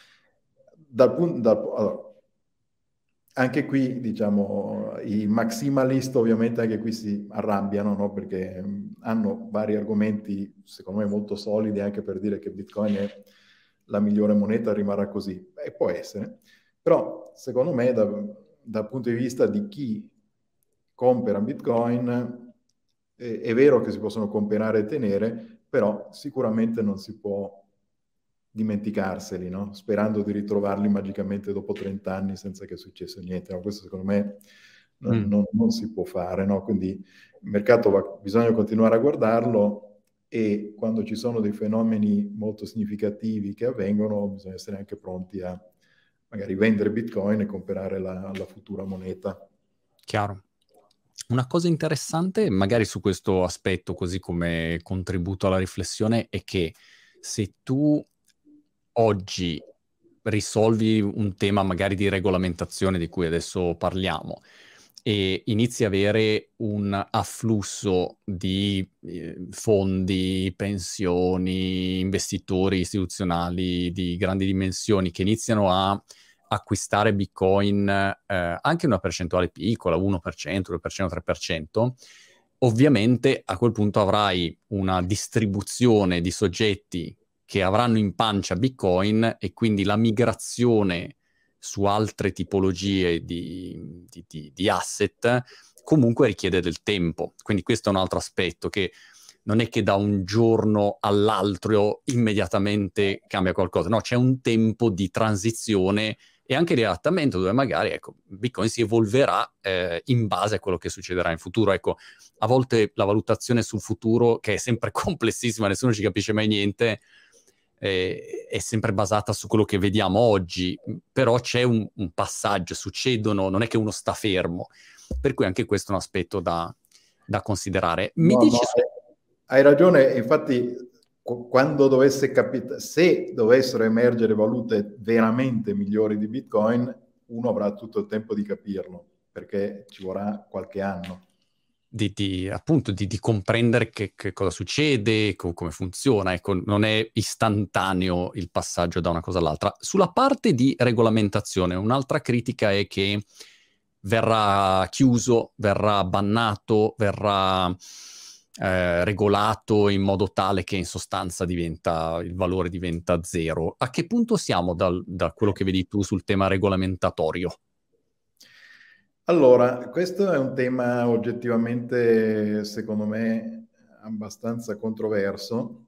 Allora, anche qui, diciamo, i maximalist ovviamente anche qui si arrabbiano, no? Perché hanno vari argomenti, secondo me, molto solidi anche per dire che Bitcoin è la migliore moneta, rimarrà così. E può essere. Però, secondo me, dal punto di vista di chi compra Bitcoin, è vero che si possono comprare e tenere, però sicuramente non si può dimenticarseli, no? Sperando di ritrovarli magicamente dopo 30 anni senza che successe niente. No? Questo secondo me non si può fare, no? Quindi il mercato bisogna continuare a guardarlo e quando ci sono dei fenomeni molto significativi che avvengono bisogna essere anche pronti a magari vendere Bitcoin e comprare la futura moneta. Chiaro. Una cosa interessante, magari su questo aspetto, così come contributo alla riflessione, è che se tu oggi risolvi un tema magari di regolamentazione di cui adesso parliamo e inizi a avere un afflusso di fondi, pensioni, investitori istituzionali di grandi dimensioni che iniziano a acquistare Bitcoin anche una percentuale piccola, 1%, 2%, 3%, ovviamente a quel punto avrai una distribuzione di soggetti che avranno in pancia Bitcoin e quindi la migrazione su altre tipologie di asset comunque richiede del tempo. Quindi questo è un altro aspetto, che non è che da un giorno all'altro immediatamente cambia qualcosa, no, c'è un tempo di transizione e anche di adattamento dove magari, ecco, Bitcoin si evolverà in base a quello che succederà in futuro. Ecco, a volte la valutazione sul futuro, che è sempre complessissima, nessuno ci capisce mai niente, è sempre basata su quello che vediamo oggi, però c'è un passaggio, succedono, non è che uno sta fermo, per cui anche questo è un aspetto da considerare. Mi No, dici hai ragione, infatti quando se dovessero emergere valute veramente migliori di Bitcoin, uno avrà tutto il tempo di capirlo, perché ci vorrà qualche anno. appunto di comprendere che cosa succede, come funziona, ecco, non è istantaneo il passaggio da una cosa all'altra. Sulla parte di regolamentazione, un'altra critica è che verrà chiuso, verrà bannato, verrà regolato in modo tale che in sostanza il valore diventa zero. A che punto siamo da quello che vedi tu sul tema regolamentatorio? Allora, questo è un tema oggettivamente, secondo me, abbastanza controverso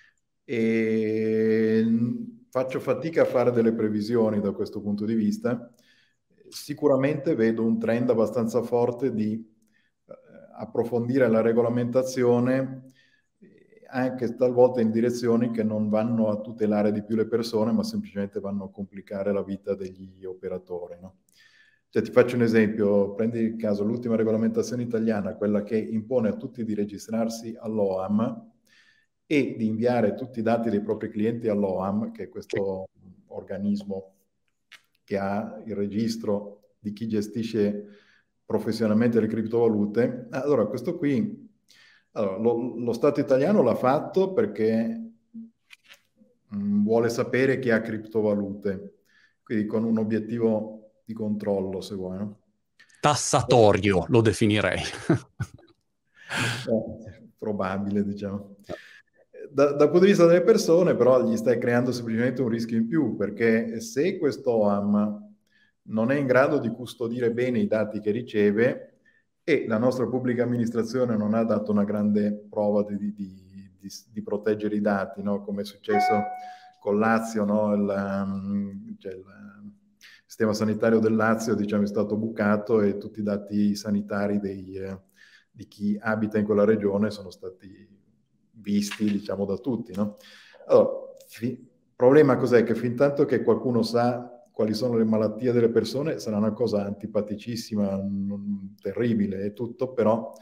e faccio fatica a fare delle previsioni da questo punto di vista. Sicuramente vedo un trend abbastanza forte di approfondire la regolamentazione anche talvolta in direzioni che non vanno a tutelare di più le persone, ma semplicemente vanno a complicare la vita degli operatori, no? Cioè, ti faccio un esempio, prendi il caso, l'ultima regolamentazione italiana, quella che impone a tutti di registrarsi all'OAM e di inviare tutti i dati dei propri clienti all'OAM, che è questo organismo che ha il registro di chi gestisce professionalmente le criptovalute. Allora, questo qui, allora, lo Stato italiano l'ha fatto perché vuole sapere chi ha criptovalute, quindi con un obiettivo di controllo, se vuoi, no? Tassatorio, lo definirei. Probabile, diciamo. Dal punto di vista delle persone, però, gli stai creando semplicemente un rischio in più, perché se questo OAM non è in grado di custodire bene i dati che riceve e la nostra pubblica amministrazione non ha dato una grande prova di proteggere i dati, no? Come è successo con Lazio, no? Il sistema sanitario del Lazio, diciamo, è stato bucato e tutti i dati sanitari di chi abita in quella regione sono stati visti, diciamo, da tutti, no? Allora, il problema cos'è? Che fin tanto che qualcuno sa quali sono le malattie delle persone, sarà una cosa antipaticissima, terribile e tutto, però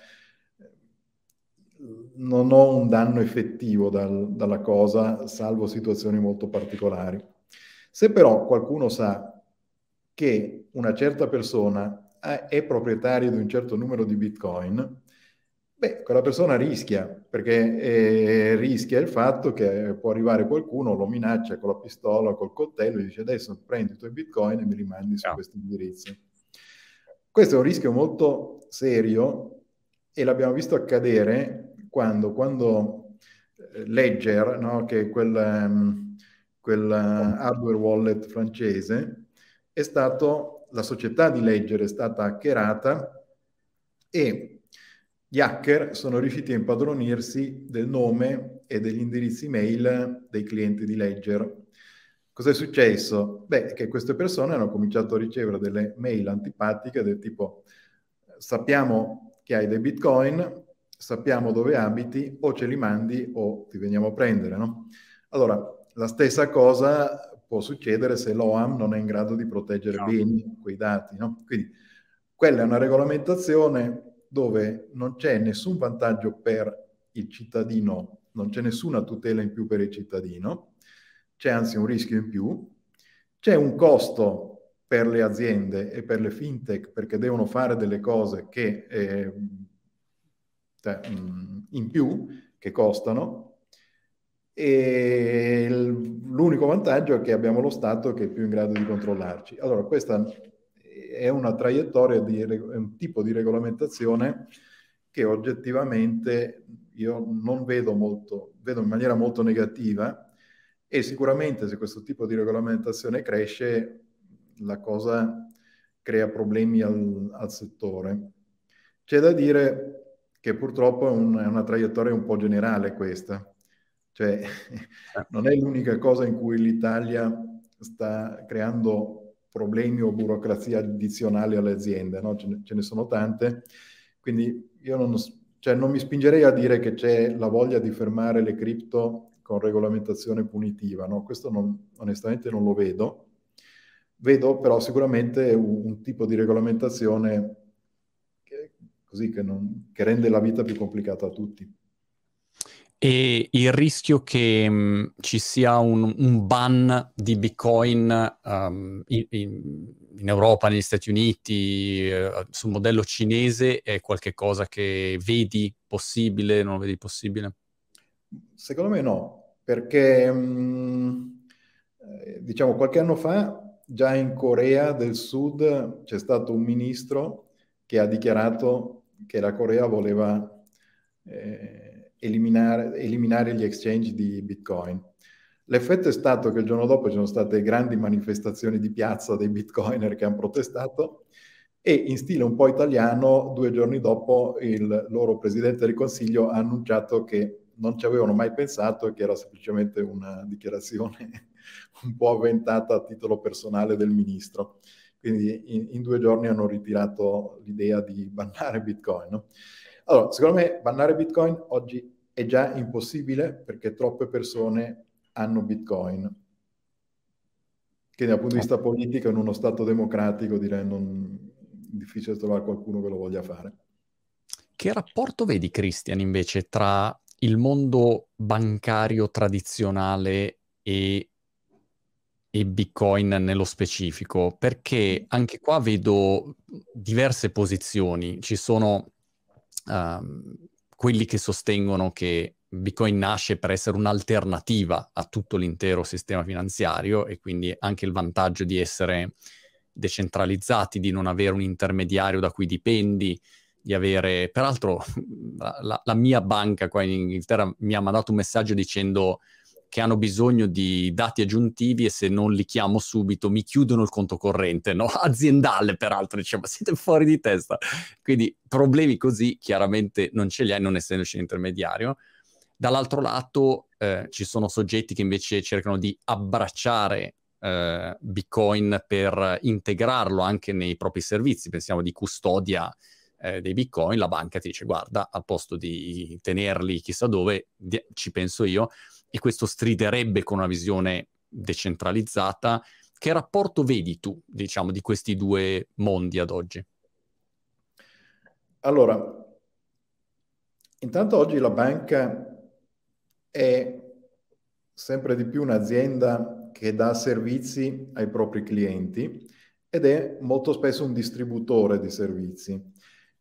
non ho un danno effettivo dalla cosa, salvo situazioni molto particolari. Se però qualcuno sa che una certa persona è proprietaria di un certo numero di Bitcoin, beh, quella persona rischia, perché rischia il fatto che può arrivare qualcuno, lo minaccia con la pistola, col coltello, e dice adesso prendi i tuoi Bitcoin e mi li mandi su questo indirizzo. Questo è un rischio molto serio e l'abbiamo visto accadere quando Ledger, no, che è quel hardware wallet francese, la società di Ledger è stata hackerata e gli hacker sono riusciti a impadronirsi del nome e degli indirizzi mail dei clienti di Ledger. Cos'è successo? Beh, che queste persone hanno cominciato a ricevere delle mail antipatiche del tipo sappiamo che hai dei Bitcoin, sappiamo dove abiti, o ce li mandi o ti veniamo a prendere, no? Allora, la stessa cosa può succedere se l'OAM non è in grado di proteggere bene quei dati, no? Quindi quella è una regolamentazione dove non c'è nessun vantaggio per il cittadino, non c'è nessuna tutela in più per il cittadino, c'è anzi un rischio in più, c'è un costo per le aziende e per le fintech perché devono fare delle cose che in più, che costano, e l'unico vantaggio è che abbiamo lo Stato che è più in grado di controllarci. Allora, questa è una traiettoria, è un tipo di regolamentazione che oggettivamente io non vedo molto, vedo in maniera molto negativa, e sicuramente se questo tipo di regolamentazione cresce, la cosa crea problemi al settore. C'è da dire che purtroppo è una traiettoria un po' generale questa, cioè non è l'unica cosa in cui l'Italia sta creando problemi o burocrazia addizionali alle aziende, no? Ce ne sono tante, quindi io non mi spingerei a dire che c'è la voglia di fermare le cripto con regolamentazione punitiva, no? Questo onestamente non lo vedo. Vedo però sicuramente un tipo di regolamentazione che rende la vita più complicata a tutti. E il rischio che ci sia un ban di Bitcoin in Europa, negli Stati Uniti, sul modello cinese, è qualcosa che vedi possibile, non lo vedi possibile? Secondo me no, perché diciamo qualche anno fa già in Corea del Sud c'è stato un ministro che ha dichiarato che la Corea voleva eliminare gli exchange di Bitcoin. L'effetto è stato che il giorno dopo ci sono state grandi manifestazioni di piazza dei bitcoiner che hanno protestato, e in stile un po' italiano, 2 giorni dopo il loro presidente del Consiglio ha annunciato che non ci avevano mai pensato e che era semplicemente una dichiarazione un po' avventata a titolo personale del ministro. Quindi in 2 giorni hanno ritirato l'idea di bannare Bitcoin, no? Allora, secondo me bannare Bitcoin oggi è già impossibile perché troppe persone hanno Bitcoin. Quindi dal punto di vista politico, in uno Stato democratico, direi difficile trovare qualcuno che lo voglia fare. Che rapporto vedi, Christian, invece, tra il mondo bancario tradizionale e Bitcoin nello specifico? Perché anche qua vedo diverse posizioni. Ci sono quelli che sostengono che Bitcoin nasce per essere un'alternativa a tutto l'intero sistema finanziario e quindi anche il vantaggio di essere decentralizzati, di non avere un intermediario da cui dipendi, di avere... Peraltro la mia banca qua in Inghilterra mi ha mandato un messaggio dicendo che hanno bisogno di dati aggiuntivi e se non li chiamo subito mi chiudono il conto corrente, no? Aziendale, peraltro, diciamo, siete fuori di testa. Quindi problemi così chiaramente non ce li hai non essendoci un intermediario. Dall'altro lato ci sono soggetti che invece cercano di abbracciare Bitcoin per integrarlo anche nei propri servizi. Pensiamo di custodia dei Bitcoin, la banca ti dice guarda, al posto di tenerli chissà dove, ci penso io, e questo striderebbe con una visione decentralizzata. Che rapporto vedi tu, diciamo, di questi due mondi ad oggi? Allora, intanto oggi la banca è sempre di più un'azienda che dà servizi ai propri clienti ed è molto spesso un distributore di servizi.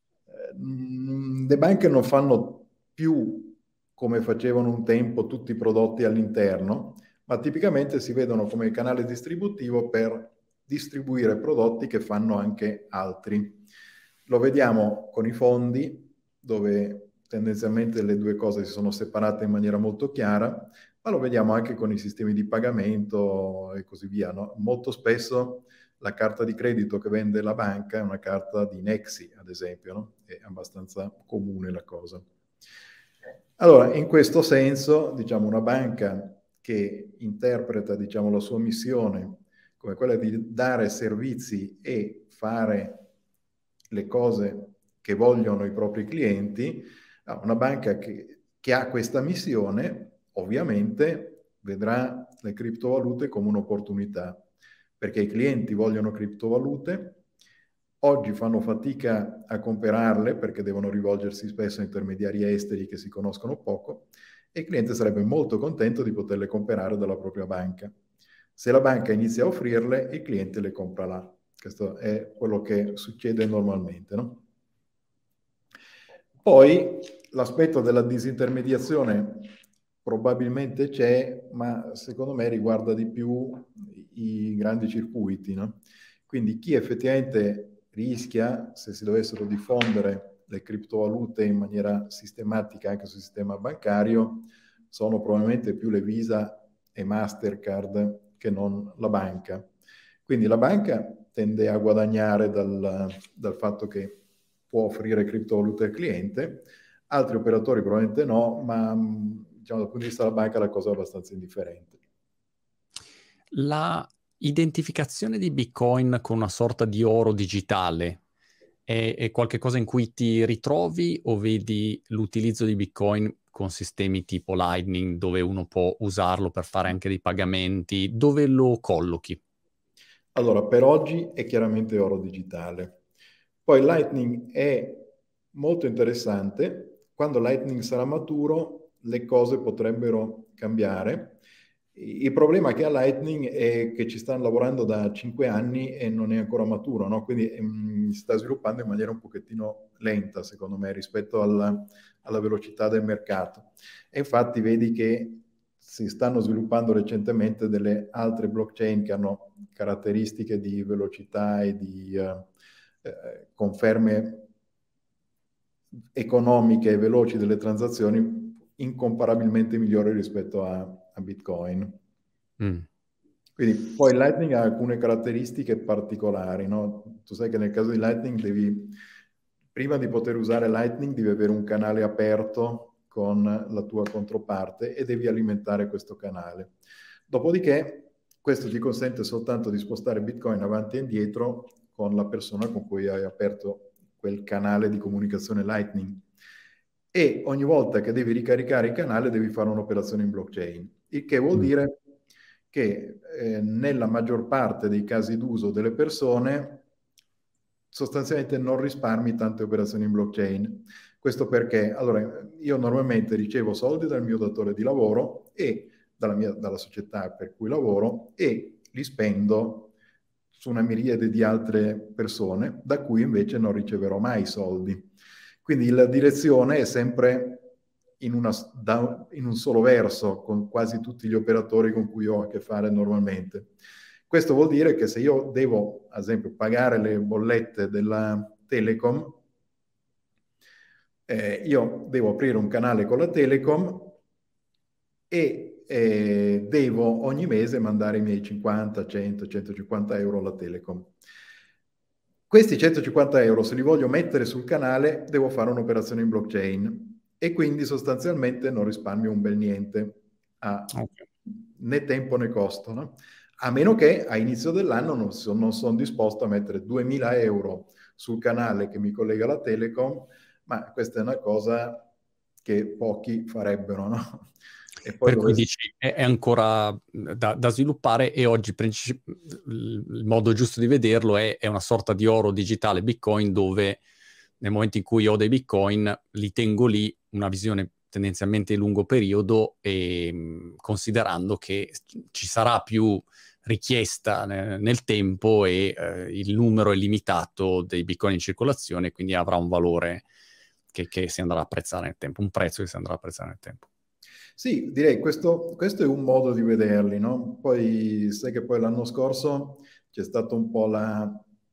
Le banche non fanno più come facevano un tempo tutti i prodotti all'interno, ma tipicamente si vedono come canale distributivo per distribuire prodotti che fanno anche altri. Lo vediamo con i fondi, dove tendenzialmente le due cose si sono separate in maniera molto chiara, ma lo vediamo anche con i sistemi di pagamento e così via, no? Molto spesso la carta di credito che vende la banca è una carta di Nexi, ad esempio, no? È abbastanza comune la cosa. Allora, in questo senso, diciamo, una banca che interpreta, diciamo, la sua missione come quella di dare servizi e fare le cose che vogliono i propri clienti, una banca che ha questa missione ovviamente vedrà le criptovalute come un'opportunità, perché i clienti vogliono criptovalute, oggi fanno fatica a comprarle perché devono rivolgersi spesso a intermediari esteri che si conoscono poco, e il cliente sarebbe molto contento di poterle comprare dalla propria banca. Se la banca inizia a offrirle, il cliente le compra là. Questo è quello che succede normalmente, no? Poi l'aspetto della disintermediazione probabilmente c'è, ma secondo me riguarda di più i grandi circuiti, no? Quindi chi effettivamente rischia, se si dovessero diffondere le criptovalute in maniera sistematica anche sul sistema bancario, sono probabilmente più le Visa e Mastercard che non la banca. Quindi la banca tende a guadagnare dal fatto che può offrire criptovalute al cliente, altri operatori probabilmente no, ma diciamo, dal punto di vista della banca la cosa è abbastanza indifferente. La identificazione di Bitcoin con una sorta di oro digitale è qualcosa in cui ti ritrovi, o vedi l'utilizzo di Bitcoin con sistemi tipo Lightning, dove uno può usarlo per fare anche dei pagamenti? Dove lo collochi? Allora, per oggi è chiaramente oro digitale. Poi Lightning è molto interessante. Quando Lightning sarà maturo, le cose potrebbero cambiare. Il problema che ha Lightning è che ci stanno lavorando da 5 anni e non è ancora maturo, no? Quindi si sta sviluppando in maniera un pochettino lenta, secondo me, rispetto alla velocità del mercato. E infatti vedi che si stanno sviluppando recentemente delle altre blockchain che hanno caratteristiche di velocità e di conferme economiche e veloci delle transazioni incomparabilmente migliori rispetto a Bitcoin. Mm. Quindi poi Lightning ha alcune caratteristiche particolari, no? Tu sai che nel caso di Lightning prima di poter usare Lightning devi avere un canale aperto con la tua controparte e devi alimentare questo canale. Dopodiché questo ti consente soltanto di spostare Bitcoin avanti e indietro con la persona con cui hai aperto quel canale di comunicazione Lightning. E ogni volta che devi ricaricare il canale devi fare un'operazione in blockchain, il che vuol dire che nella maggior parte dei casi d'uso delle persone sostanzialmente non risparmi tante operazioni in blockchain. Questo perché, allora, io normalmente ricevo soldi dal mio datore di lavoro e dalla società per cui lavoro, e li spendo su una miriade di altre persone da cui invece non riceverò mai soldi. Quindi la direzione è sempre in un solo verso, con quasi tutti gli operatori con cui ho a che fare normalmente. Questo vuol dire che se io devo, ad esempio, pagare le bollette della Telecom, io devo aprire un canale con la Telecom e devo ogni mese mandare i miei 50, 100, 150 euro alla Telecom. Questi 150 euro, se li voglio mettere sul canale, devo fare un'operazione in blockchain e quindi sostanzialmente non risparmio un bel niente, né tempo né costo, no? A meno che a inizio dell'anno non sono disposto a mettere 2000 euro sul canale che mi collega alla Telecom, ma questa è una cosa che pochi farebbero, no? E poi Per cui dici, è ancora da sviluppare, e oggi il modo giusto di vederlo è una sorta di oro digitale Bitcoin, dove nel momento in cui ho dei Bitcoin li tengo lì, una visione tendenzialmente di lungo periodo, e considerando che ci sarà più richiesta nel tempo, e il numero è limitato dei Bitcoin in circolazione, quindi avrà un valore che si andrà a apprezzare nel tempo, un prezzo che si andrà a apprezzare nel tempo. Sì, direi questo è un modo di vederli, no? Poi sai che poi l'anno scorso c'è stata un po' la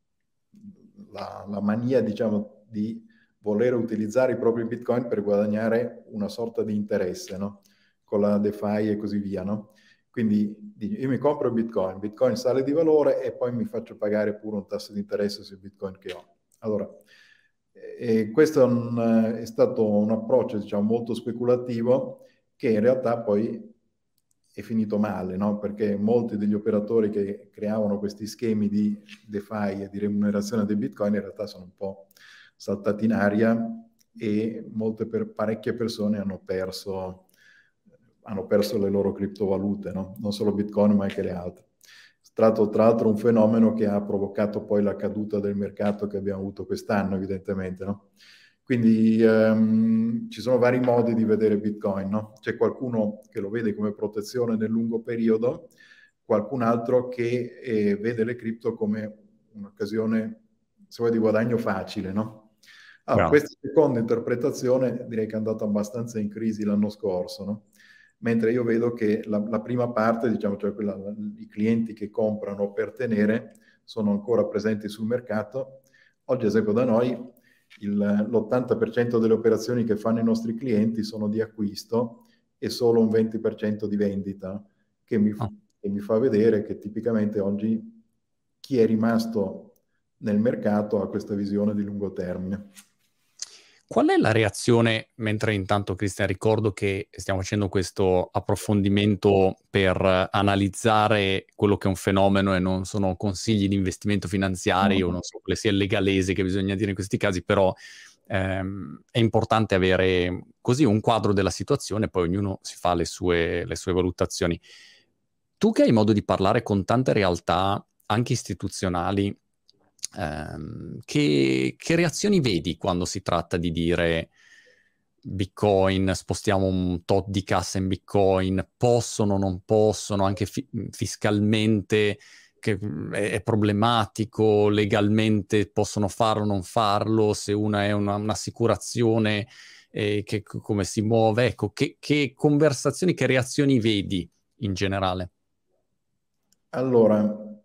mania, diciamo, di voler utilizzare i propri Bitcoin per guadagnare una sorta di interesse, no? Con la DeFi e così via, no? Quindi io mi compro Bitcoin, Bitcoin sale di valore e poi mi faccio pagare pure un tasso di interesse sui Bitcoin che ho. Allora, questo è stato un approccio, diciamo, molto speculativo, che in realtà poi è finito male, no? Perché molti degli operatori che creavano questi schemi di DeFi e di remunerazione dei Bitcoin in realtà sono un po' saltati in aria, e parecchie persone hanno perso hanno perso le loro criptovalute, no? Non solo Bitcoin, ma anche le altre. Tra l'altro un fenomeno che ha provocato poi la caduta del mercato che abbiamo avuto quest'anno, evidentemente, no? Quindi ci sono vari modi di vedere Bitcoin, no? C'è qualcuno che lo vede come protezione nel lungo periodo, qualcun altro che vede le cripto come un'occasione, se vuoi, di guadagno facile, no? Allora, Bravo. questa seconda interpretazione direi che è andata abbastanza in crisi l'anno scorso, no? Mentre io vedo che la prima parte, diciamo, cioè i clienti che comprano per tenere, sono ancora presenti sul mercato. Oggi, ad esempio, da noi l'80% delle operazioni che fanno i nostri clienti sono di acquisto e solo un 20% di vendita, che Ah. mi fa vedere che tipicamente oggi chi è rimasto nel mercato ha questa visione di lungo termine. Qual è la reazione, mentre intanto Cristian ricordo che stiamo facendo questo approfondimento per analizzare quello che è un fenomeno e non sono consigli di investimento finanziari o non so quale sia il legalese che bisogna dire in questi casi, però è importante avere così un quadro della situazione, poi ognuno si fa le sue valutazioni. Tu che hai modo di parlare con tante realtà, anche istituzionali, che reazioni vedi quando si tratta di dire Bitcoin, spostiamo un tot di cassa in Bitcoin, possono, non possono, anche fiscalmente che è problematico, legalmente possono farlo o non farlo, se una è un'assicurazione, come si muove, ecco, che conversazioni, che reazioni vedi in generale? Allora,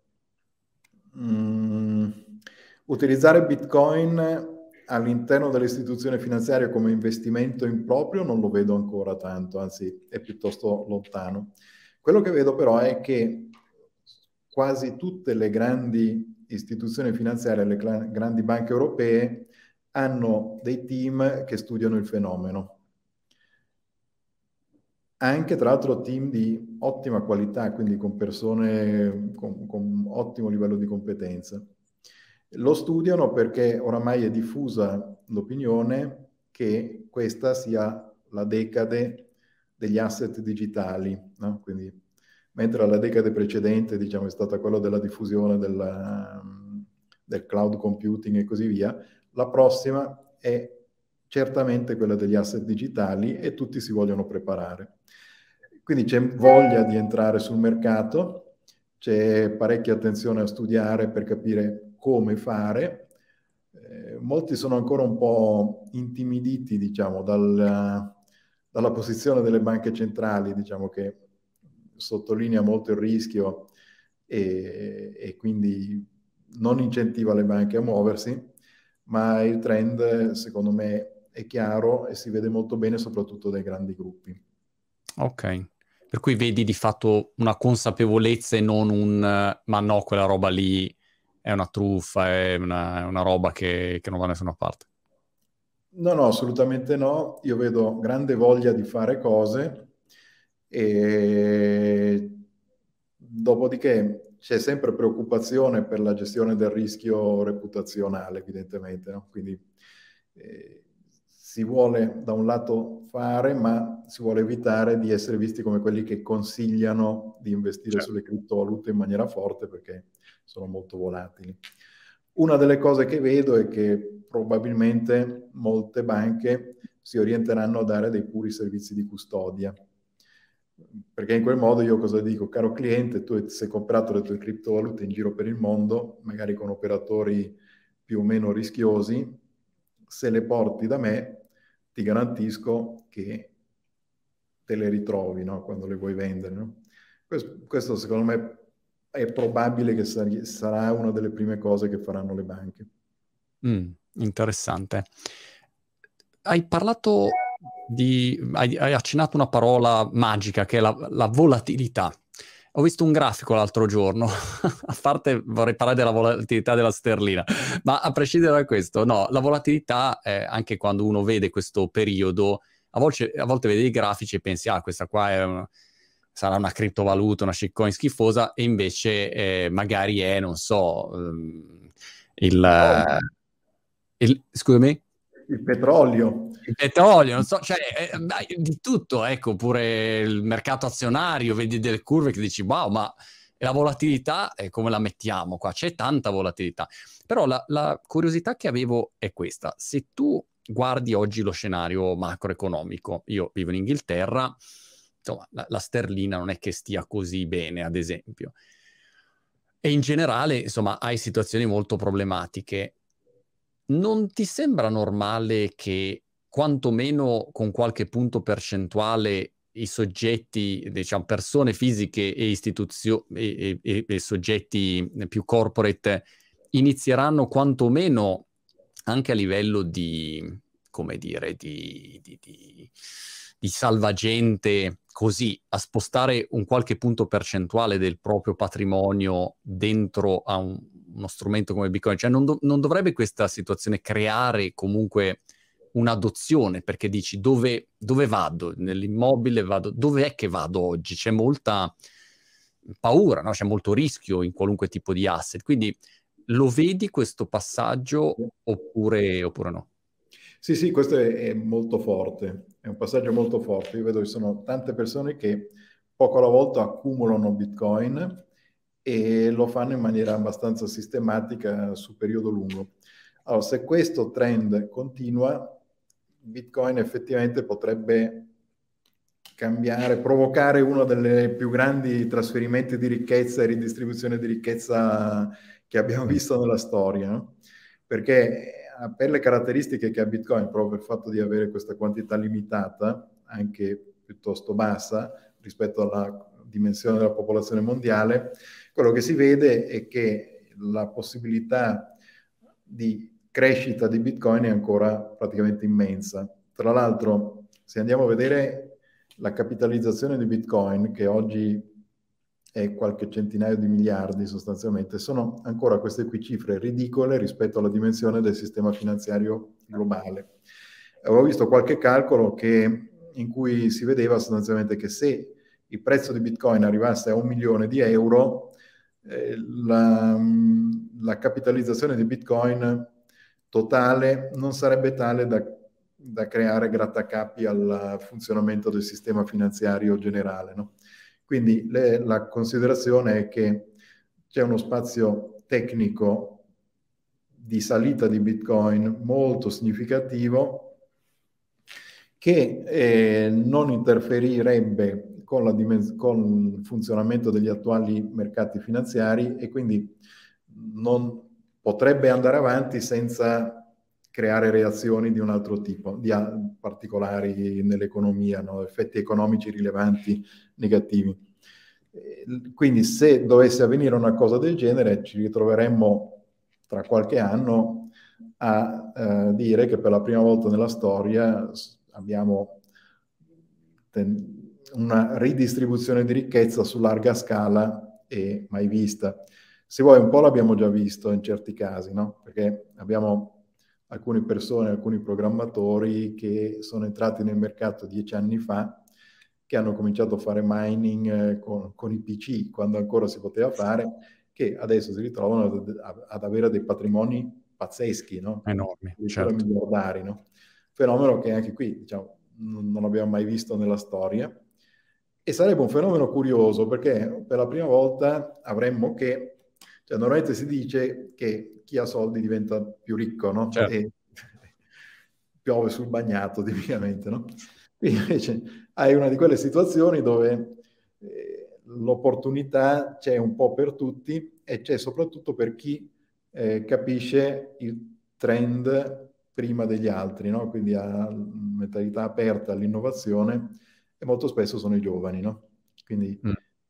utilizzare Bitcoin all'interno dell'istituzione finanziaria come investimento in proprio non lo vedo ancora tanto, anzi è piuttosto lontano. Quello che vedo però è che quasi tutte le grandi istituzioni finanziarie, le grandi banche europee, hanno dei team che studiano il fenomeno. Anche tra l'altro team di ottima qualità, quindi con persone con ottimo livello di competenza. Lo studiano perché oramai è diffusa l'opinione che questa sia la decade degli asset digitali, no? Quindi, mentre la decade precedente, diciamo, è stata quella della diffusione del cloud computing e così via, la prossima è certamente quella degli asset digitali e tutti si vogliono preparare. Quindi c'è voglia di entrare sul mercato, c'è parecchia attenzione a studiare per capire come fare. Molti sono ancora un po' intimiditi, diciamo, dalla posizione delle banche centrali, diciamo, che sottolinea molto il rischio e quindi non incentiva le banche a muoversi, ma il trend, secondo me, è chiaro e si vede molto bene soprattutto dai grandi gruppi. Ok, per cui vedi di fatto una consapevolezza e non ma no, quella roba lì è una truffa, è una roba che non va da nessuna parte. No, no, assolutamente no. Io vedo grande voglia di fare cose e dopodiché c'è sempre preoccupazione per la gestione del rischio reputazionale, evidentemente, no? Quindi si vuole da un lato fare, ma si vuole evitare di essere visti come quelli che consigliano di investire Certo. sulle criptovalute in maniera forte perché sono molto volatili. Una delle cose che vedo è che probabilmente molte banche si orienteranno a dare dei puri servizi di custodia. Perché in quel modo io cosa dico? Caro cliente, tu sei comprato le tue criptovalute in giro per il mondo, magari con operatori più o meno rischiosi, se le porti da me ti garantisco che te le ritrovi, no? Quando le vuoi vendere. No? Questo secondo me è probabile che sarà una delle prime cose che faranno le banche. Interessante. Hai parlato hai accennato una parola magica che è la volatilità. Ho visto un grafico l'altro giorno, a parte vorrei parlare della volatilità della sterlina, ma a prescindere da questo, no, la volatilità, anche quando uno vede questo periodo, a volte vedi i grafici e pensi, questa qua sarà una criptovaluta, una shitcoin schifosa, e invece magari non so, No, scusami? Il petrolio. Il petrolio, non so, cioè di tutto, ecco, pure il mercato azionario, vedi delle curve che dici, wow, ma la volatilità, come la mettiamo qua? C'è tanta volatilità. Però la curiosità che avevo è questa. Se tu guardi oggi lo scenario macroeconomico, io vivo in Inghilterra, insomma, la sterlina non è che stia così bene, ad esempio. E in generale, insomma, hai situazioni molto problematiche. Non ti sembra normale che quantomeno con qualche punto percentuale i soggetti, diciamo, persone fisiche e istituzioni e soggetti più corporate inizieranno quantomeno anche a livello di, come dire, di salvagente, così, a spostare un qualche punto percentuale del proprio patrimonio dentro a uno strumento come Bitcoin? Cioè non dovrebbe questa situazione creare comunque un'adozione, perché dici dove vado? Nell'immobile vado, dove è che vado oggi? C'è molta paura, no? C'è molto rischio in qualunque tipo di asset. Quindi lo vedi questo passaggio oppure no? Sì, sì, questo è molto forte, è un passaggio molto forte. Io vedo che ci sono tante persone che poco alla volta accumulano Bitcoin e lo fanno in maniera abbastanza sistematica su periodo lungo. Allora, se questo trend continua, Bitcoin effettivamente potrebbe cambiare, provocare uno dei più grandi trasferimenti di ricchezza e ridistribuzione di ricchezza che abbiamo visto nella storia, no? Perché per le caratteristiche che ha Bitcoin, proprio per il fatto di avere questa quantità limitata, anche piuttosto bassa rispetto alla dimensione della popolazione mondiale, quello che si vede è che la possibilità di crescita di Bitcoin è ancora praticamente immensa. Tra l'altro, se andiamo a vedere la capitalizzazione di Bitcoin, che oggi è qualche centinaio di miliardi sostanzialmente, sono ancora queste qui cifre ridicole rispetto alla dimensione del sistema finanziario globale. Avevo visto qualche calcolo in cui si vedeva sostanzialmente che se il prezzo di Bitcoin arrivasse a 1 milione di euro, la capitalizzazione di Bitcoin totale non sarebbe tale da creare grattacapi al funzionamento del sistema finanziario generale, no? Quindi la considerazione è che c'è uno spazio tecnico di salita di Bitcoin molto significativo che non interferirebbe con il funzionamento degli attuali mercati finanziari e quindi non potrebbe andare avanti senza creare reazioni di un altro tipo, particolari nell'economia, no? Effetti economici rilevanti negativi. Quindi se dovesse avvenire una cosa del genere ci ritroveremmo tra qualche anno a dire che per la prima volta nella storia abbiamo una ridistribuzione di ricchezza su larga scala e mai vista. Se vuoi un po' l'abbiamo già visto in certi casi, no? Perché abbiamo alcune persone, alcuni programmatori che sono entrati nel mercato 10 anni fa, che hanno cominciato a fare mining con i PC quando ancora si poteva fare, che adesso si ritrovano ad avere dei patrimoni pazzeschi, no? Enormi, Addirittura certo. miliardari, no? Fenomeno che anche qui, diciamo, non abbiamo mai visto nella storia. E sarebbe un fenomeno curioso perché per la prima volta avremmo cioè normalmente si dice che chi ha soldi diventa più ricco, no? Certo. E piove sul bagnato, tipicamente, no? Quindi invece hai una di quelle situazioni dove l'opportunità c'è un po' per tutti e c'è soprattutto per chi capisce il trend prima degli altri, no? Quindi ha mentalità aperta all'innovazione e molto spesso sono i giovani, no? Quindi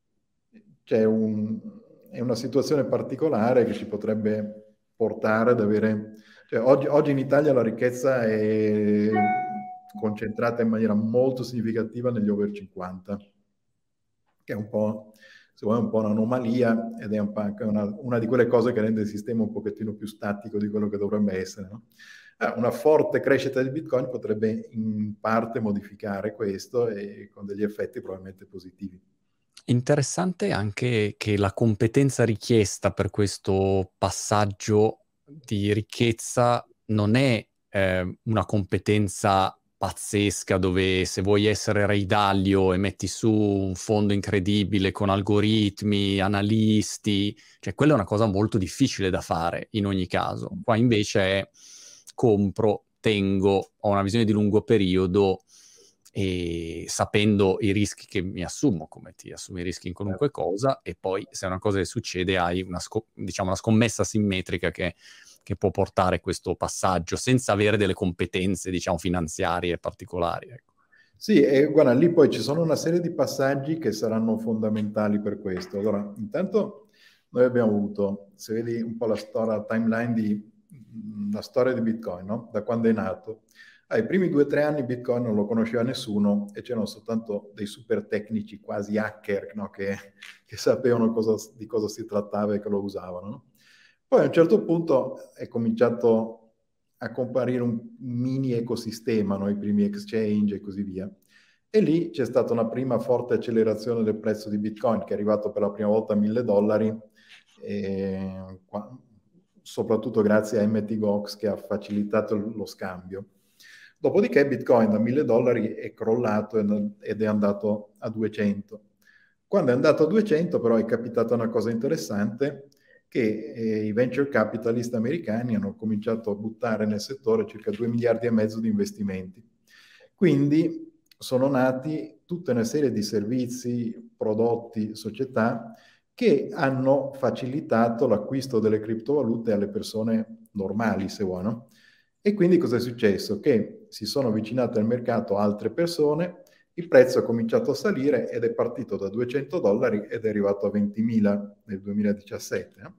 è una situazione particolare che ci potrebbe portare ad avere... Cioè, oggi in Italia la ricchezza è concentrata in maniera molto significativa negli over 50, che è un po', se vuoi, un po' un'anomalia ed è anche una di quelle cose che rende il sistema un pochettino più statico di quello che dovrebbe essere, no? Una forte crescita del Bitcoin potrebbe in parte modificare questo e con degli effetti probabilmente positivi. Interessante anche che la competenza richiesta per questo passaggio di ricchezza non è una competenza pazzesca dove se vuoi essere Ray Dalio e metti su un fondo incredibile con algoritmi, analisti, cioè quella è una cosa molto difficile da fare in ogni caso. Qua invece è compro, tengo, ho una visione di lungo periodo e sapendo i rischi che mi assumo, come ti assumi i rischi in qualunque cosa, e poi se è una cosa che succede hai diciamo una scommessa simmetrica che può portare questo passaggio senza avere delle competenze, diciamo, finanziarie particolari. Ecco. Sì, e guarda, lì poi ci sono una serie di passaggi che saranno fondamentali per questo. Allora, intanto noi abbiamo avuto, se vedi un po' la timeline la storia di Bitcoin, no? Da quando è nato. Ai primi 2 o 3 anni Bitcoin non lo conosceva nessuno e c'erano soltanto dei super tecnici, quasi hacker, no? che sapevano di cosa si trattava e che lo usavano. No? Poi a un certo punto è cominciato a comparire un mini ecosistema, no? I primi exchange e così via. E lì c'è stata una prima forte accelerazione del prezzo di Bitcoin, che è arrivato per la prima volta a $1.000, soprattutto grazie a Mt. Gox che ha facilitato lo scambio. Dopodiché Bitcoin da $1.000 è crollato ed è andato a 200. Quando è andato a 200 però è capitata una cosa interessante, che i venture capitalist americani hanno cominciato a buttare nel settore circa 2,5 miliardi di investimenti. Quindi sono nati tutta una serie di servizi, prodotti, società che hanno facilitato l'acquisto delle criptovalute alle persone normali, se vuoi, no? E quindi cosa è successo? Che si sono avvicinate al mercato altre persone, il prezzo è cominciato a salire ed è partito da $200 ed è arrivato a 20.000 nel 2017.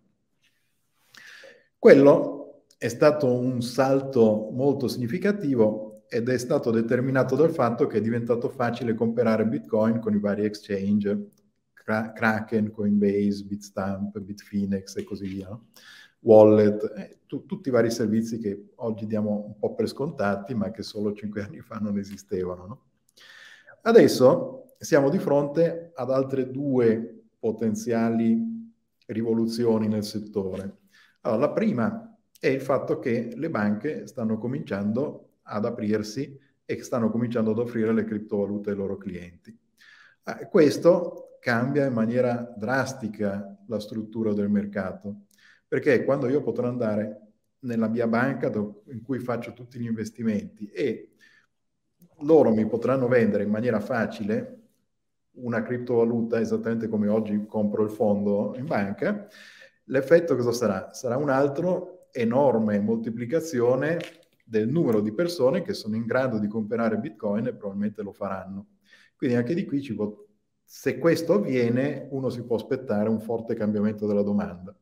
Quello è stato un salto molto significativo ed è stato determinato dal fatto che è diventato facile comprare Bitcoin con i vari exchange, Kraken, Coinbase, Bitstamp, Bitfinex e così via. Wallet, tutti i vari servizi che oggi diamo un po' per scontati, ma che solo 5 anni fa non esistevano. No? Adesso siamo di fronte ad altre 2 potenziali rivoluzioni nel settore. Allora, la prima è il fatto che le banche stanno cominciando ad aprirsi e stanno cominciando ad offrire le criptovalute ai loro clienti. Questo cambia in maniera drastica la struttura del mercato, perché quando io potrò andare nella mia banca in cui faccio tutti gli investimenti e loro mi potranno vendere in maniera facile una criptovaluta esattamente come oggi compro il fondo in banca, l'effetto cosa sarà? Sarà un altro enorme moltiplicazione del numero di persone che sono in grado di comprare Bitcoin e probabilmente lo faranno. Quindi anche di qui se questo avviene, uno si può aspettare un forte cambiamento della domanda.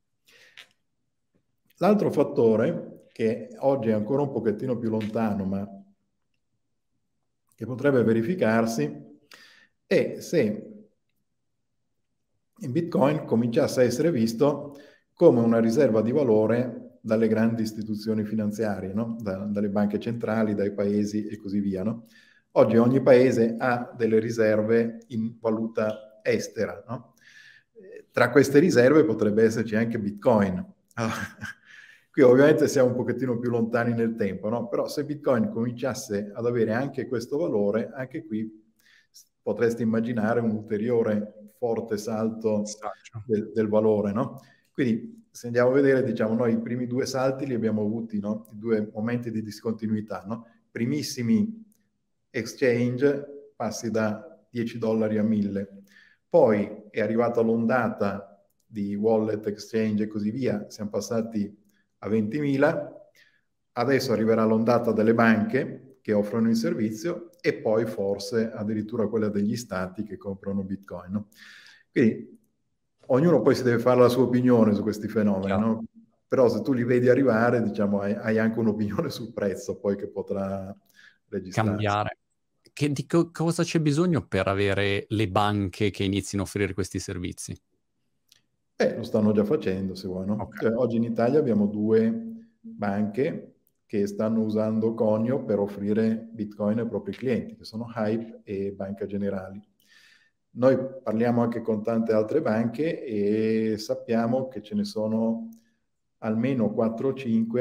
L'altro fattore, che oggi è ancora un pochettino più lontano, ma che potrebbe verificarsi, è se il Bitcoin cominciasse a essere visto come una riserva di valore dalle grandi istituzioni finanziarie, no? Dalle banche centrali, dai paesi e così via. No? Oggi ogni paese ha delle riserve in valuta estera. No? Tra queste riserve potrebbe esserci anche Bitcoin. Qui ovviamente siamo un pochettino più lontani nel tempo, no? Però se Bitcoin cominciasse ad avere anche questo valore, anche qui potresti immaginare un ulteriore forte salto del valore, no? Quindi se andiamo a vedere, diciamo, noi i primi 2 salti li abbiamo avuti, no? I 2 momenti di discontinuità, no? Primissimi exchange, passi da $10 a 1.000. Poi è arrivata l'ondata di wallet, exchange e così via, siamo passati a 20.000, adesso arriverà l'ondata delle banche che offrono il servizio e poi forse addirittura quella degli stati che comprano Bitcoin. No? Quindi ognuno poi si deve fare la sua opinione su questi fenomeni, no? Però se tu li vedi arrivare, diciamo, hai anche un'opinione sul prezzo poi che potrà registrarsi. Cambiare. Di cosa c'è bisogno per avere le banche che inizino a offrire questi servizi? Lo stanno già facendo, se vuoi, no? Okay. Cioè, oggi in Italia abbiamo 2 banche che stanno usando Conio per offrire Bitcoin ai propri clienti, che sono Hype e Banca Generali. Noi parliamo anche con tante altre banche e sappiamo che ce ne sono almeno 4 o 5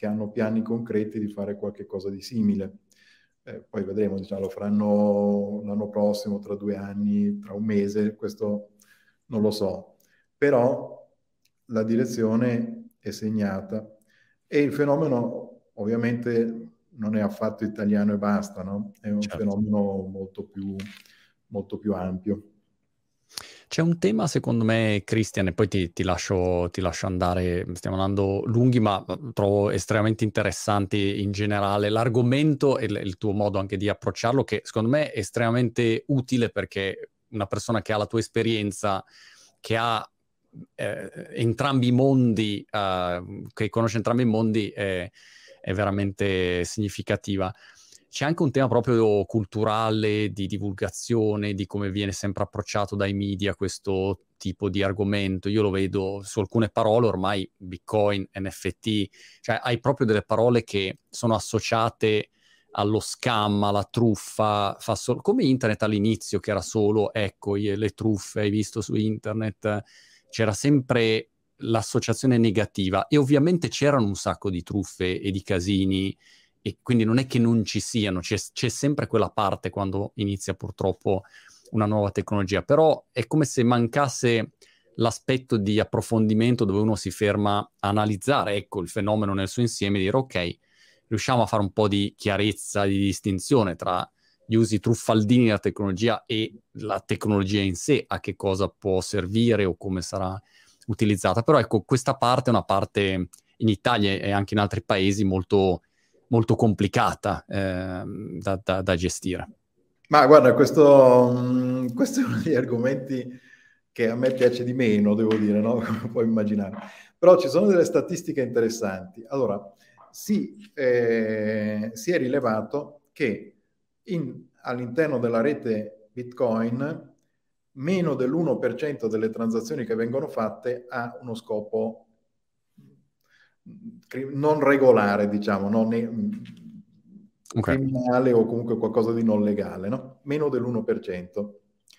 che hanno piani concreti di fare qualche cosa di simile. Poi vedremo, diciamo, lo faranno l'anno prossimo, tra 2 anni, tra un mese, questo non lo so. Però la direzione è segnata e il fenomeno ovviamente non è affatto italiano e basta, no? È un Certo. fenomeno molto più ampio. C'è un tema, secondo me, Christian, e poi ti lascio andare, stiamo andando lunghi, ma trovo estremamente interessanti in generale l'argomento e il tuo modo anche di approcciarlo, che secondo me è estremamente utile perché una persona che ha la tua esperienza, che ha entrambi i mondi, che conosce entrambi i mondi, è veramente significativa. C'è anche un tema proprio culturale, di divulgazione, di come viene sempre approcciato dai media questo tipo di argomento. Io lo vedo su alcune parole ormai, Bitcoin, NFT, cioè hai proprio delle parole che sono associate allo scam, alla truffa, come internet all'inizio che era solo, ecco, le truffe, hai visto su internet, c'era sempre l'associazione negativa e ovviamente c'erano un sacco di truffe e di casini e quindi non è che non ci siano, c'è sempre quella parte quando inizia purtroppo una nuova tecnologia, però è come se mancasse l'aspetto di approfondimento dove uno si ferma a analizzare, ecco, il fenomeno nel suo insieme e dire ok, riusciamo a fare un po' di chiarezza, di distinzione tra gli usi truffaldini della tecnologia e la tecnologia in sé, a che cosa può servire o come sarà utilizzata. Però ecco, questa parte è una parte in Italia e anche in altri paesi molto molto complicata da gestire. Ma guarda, questo è uno degli argomenti che a me piace di meno, devo dire, no? Come puoi immaginare. Però ci sono delle statistiche interessanti. Allora, si è rilevato che all'interno della rete Bitcoin meno dell'1% delle transazioni che vengono fatte ha uno scopo non regolare, diciamo, criminale o comunque qualcosa di non legale, no? Meno dell'1%.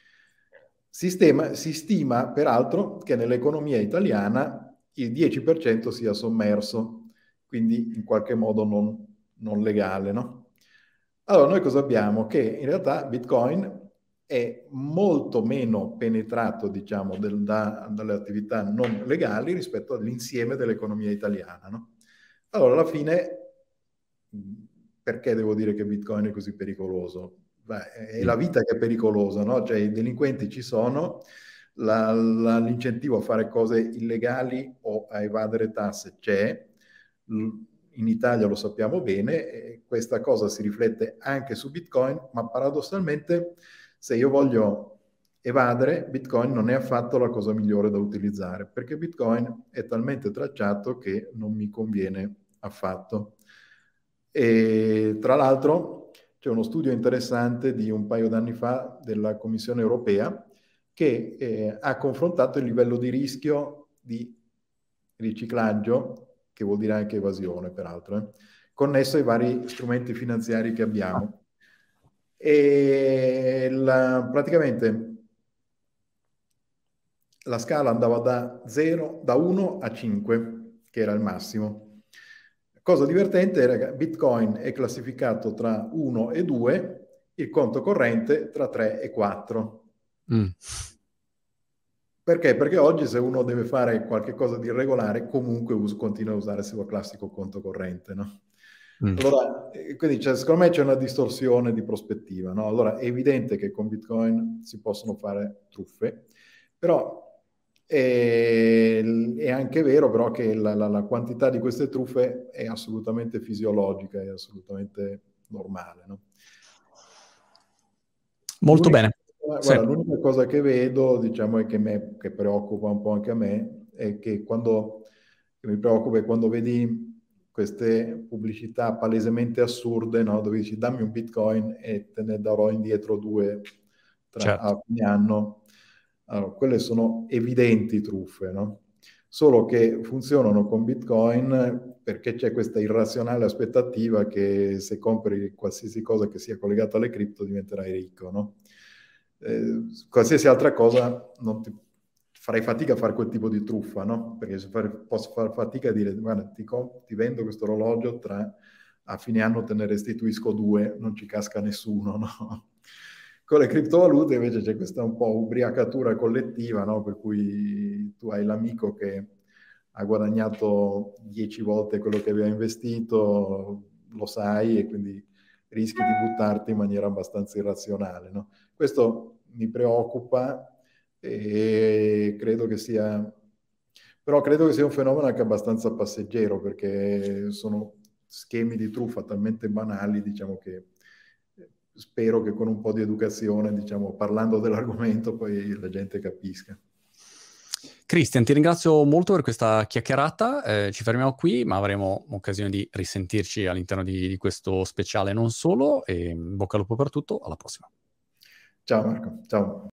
Si stima, peraltro, che nell'economia italiana il 10% sia sommerso, quindi in qualche modo non legale, no? Allora, noi cosa abbiamo? Che in realtà Bitcoin è molto meno penetrato, diciamo, dalle attività non legali rispetto all'insieme dell'economia italiana, no? Allora, alla fine, perché devo dire che Bitcoin è così pericoloso? Beh, è la vita che è pericolosa, no? Cioè, i delinquenti ci sono, l'incentivo a fare cose illegali o a evadere tasse c'è. In Italia lo sappiamo bene, e questa cosa si riflette anche su Bitcoin, ma paradossalmente se io voglio evadere, Bitcoin non è affatto la cosa migliore da utilizzare, perché Bitcoin è talmente tracciato che non mi conviene affatto. E tra l'altro c'è uno studio interessante di un paio d'anni fa della Commissione europea che ha confrontato il livello di rischio di riciclaggio, che vuol dire anche evasione peraltro, connesso ai vari strumenti finanziari che abbiamo. E praticamente la scala andava da 1 a 5, che era il massimo. Cosa divertente era che Bitcoin è classificato tra 1 e 2, il conto corrente tra 3 e 4. Perché? Perché oggi se uno deve fare qualche cosa di irregolare, comunque continua a usare il suo classico conto corrente, no? Allora, quindi secondo me c'è una distorsione di prospettiva, no? Allora è evidente che con Bitcoin si possono fare truffe, però è anche vero però che la quantità di queste truffe è assolutamente fisiologica, è assolutamente normale, no? Molto bene. Guarda, sì. L'unica cosa che vedo, diciamo, e che preoccupa un po' anche a me, è che mi preoccupa è quando vedi queste pubblicità palesemente assurde, no? Dove dici dammi un Bitcoin e te ne darò indietro 2 a fine anno. Allora, quelle sono evidenti truffe, no? Solo che funzionano con Bitcoin perché c'è questa irrazionale aspettativa che se compri qualsiasi cosa che sia collegata alle cripto diventerai ricco, no? Qualsiasi altra cosa farei fatica a fare quel tipo di truffa, no? Perché posso fare fatica a dire, guarda, ti vendo questo orologio, a fine anno te ne restituisco 2, non ci casca nessuno, no? Con le criptovalute invece c'è questa un po' ubriacatura collettiva, no? Per cui tu hai l'amico che ha guadagnato 10 volte quello che aveva investito, lo sai, e quindi rischi di buttarti in maniera abbastanza irrazionale, no? Questo mi preoccupa e credo che sia un fenomeno anche abbastanza passeggero, perché sono schemi di truffa talmente banali, diciamo, che spero che con un po' di educazione, diciamo, parlando dell'argomento, poi la gente capisca. Cristian, ti ringrazio molto per questa chiacchierata, ci fermiamo qui, ma avremo occasione di risentirci all'interno di questo speciale non solo, e in bocca al lupo per tutto, alla prossima. Ciao Marco, ciao.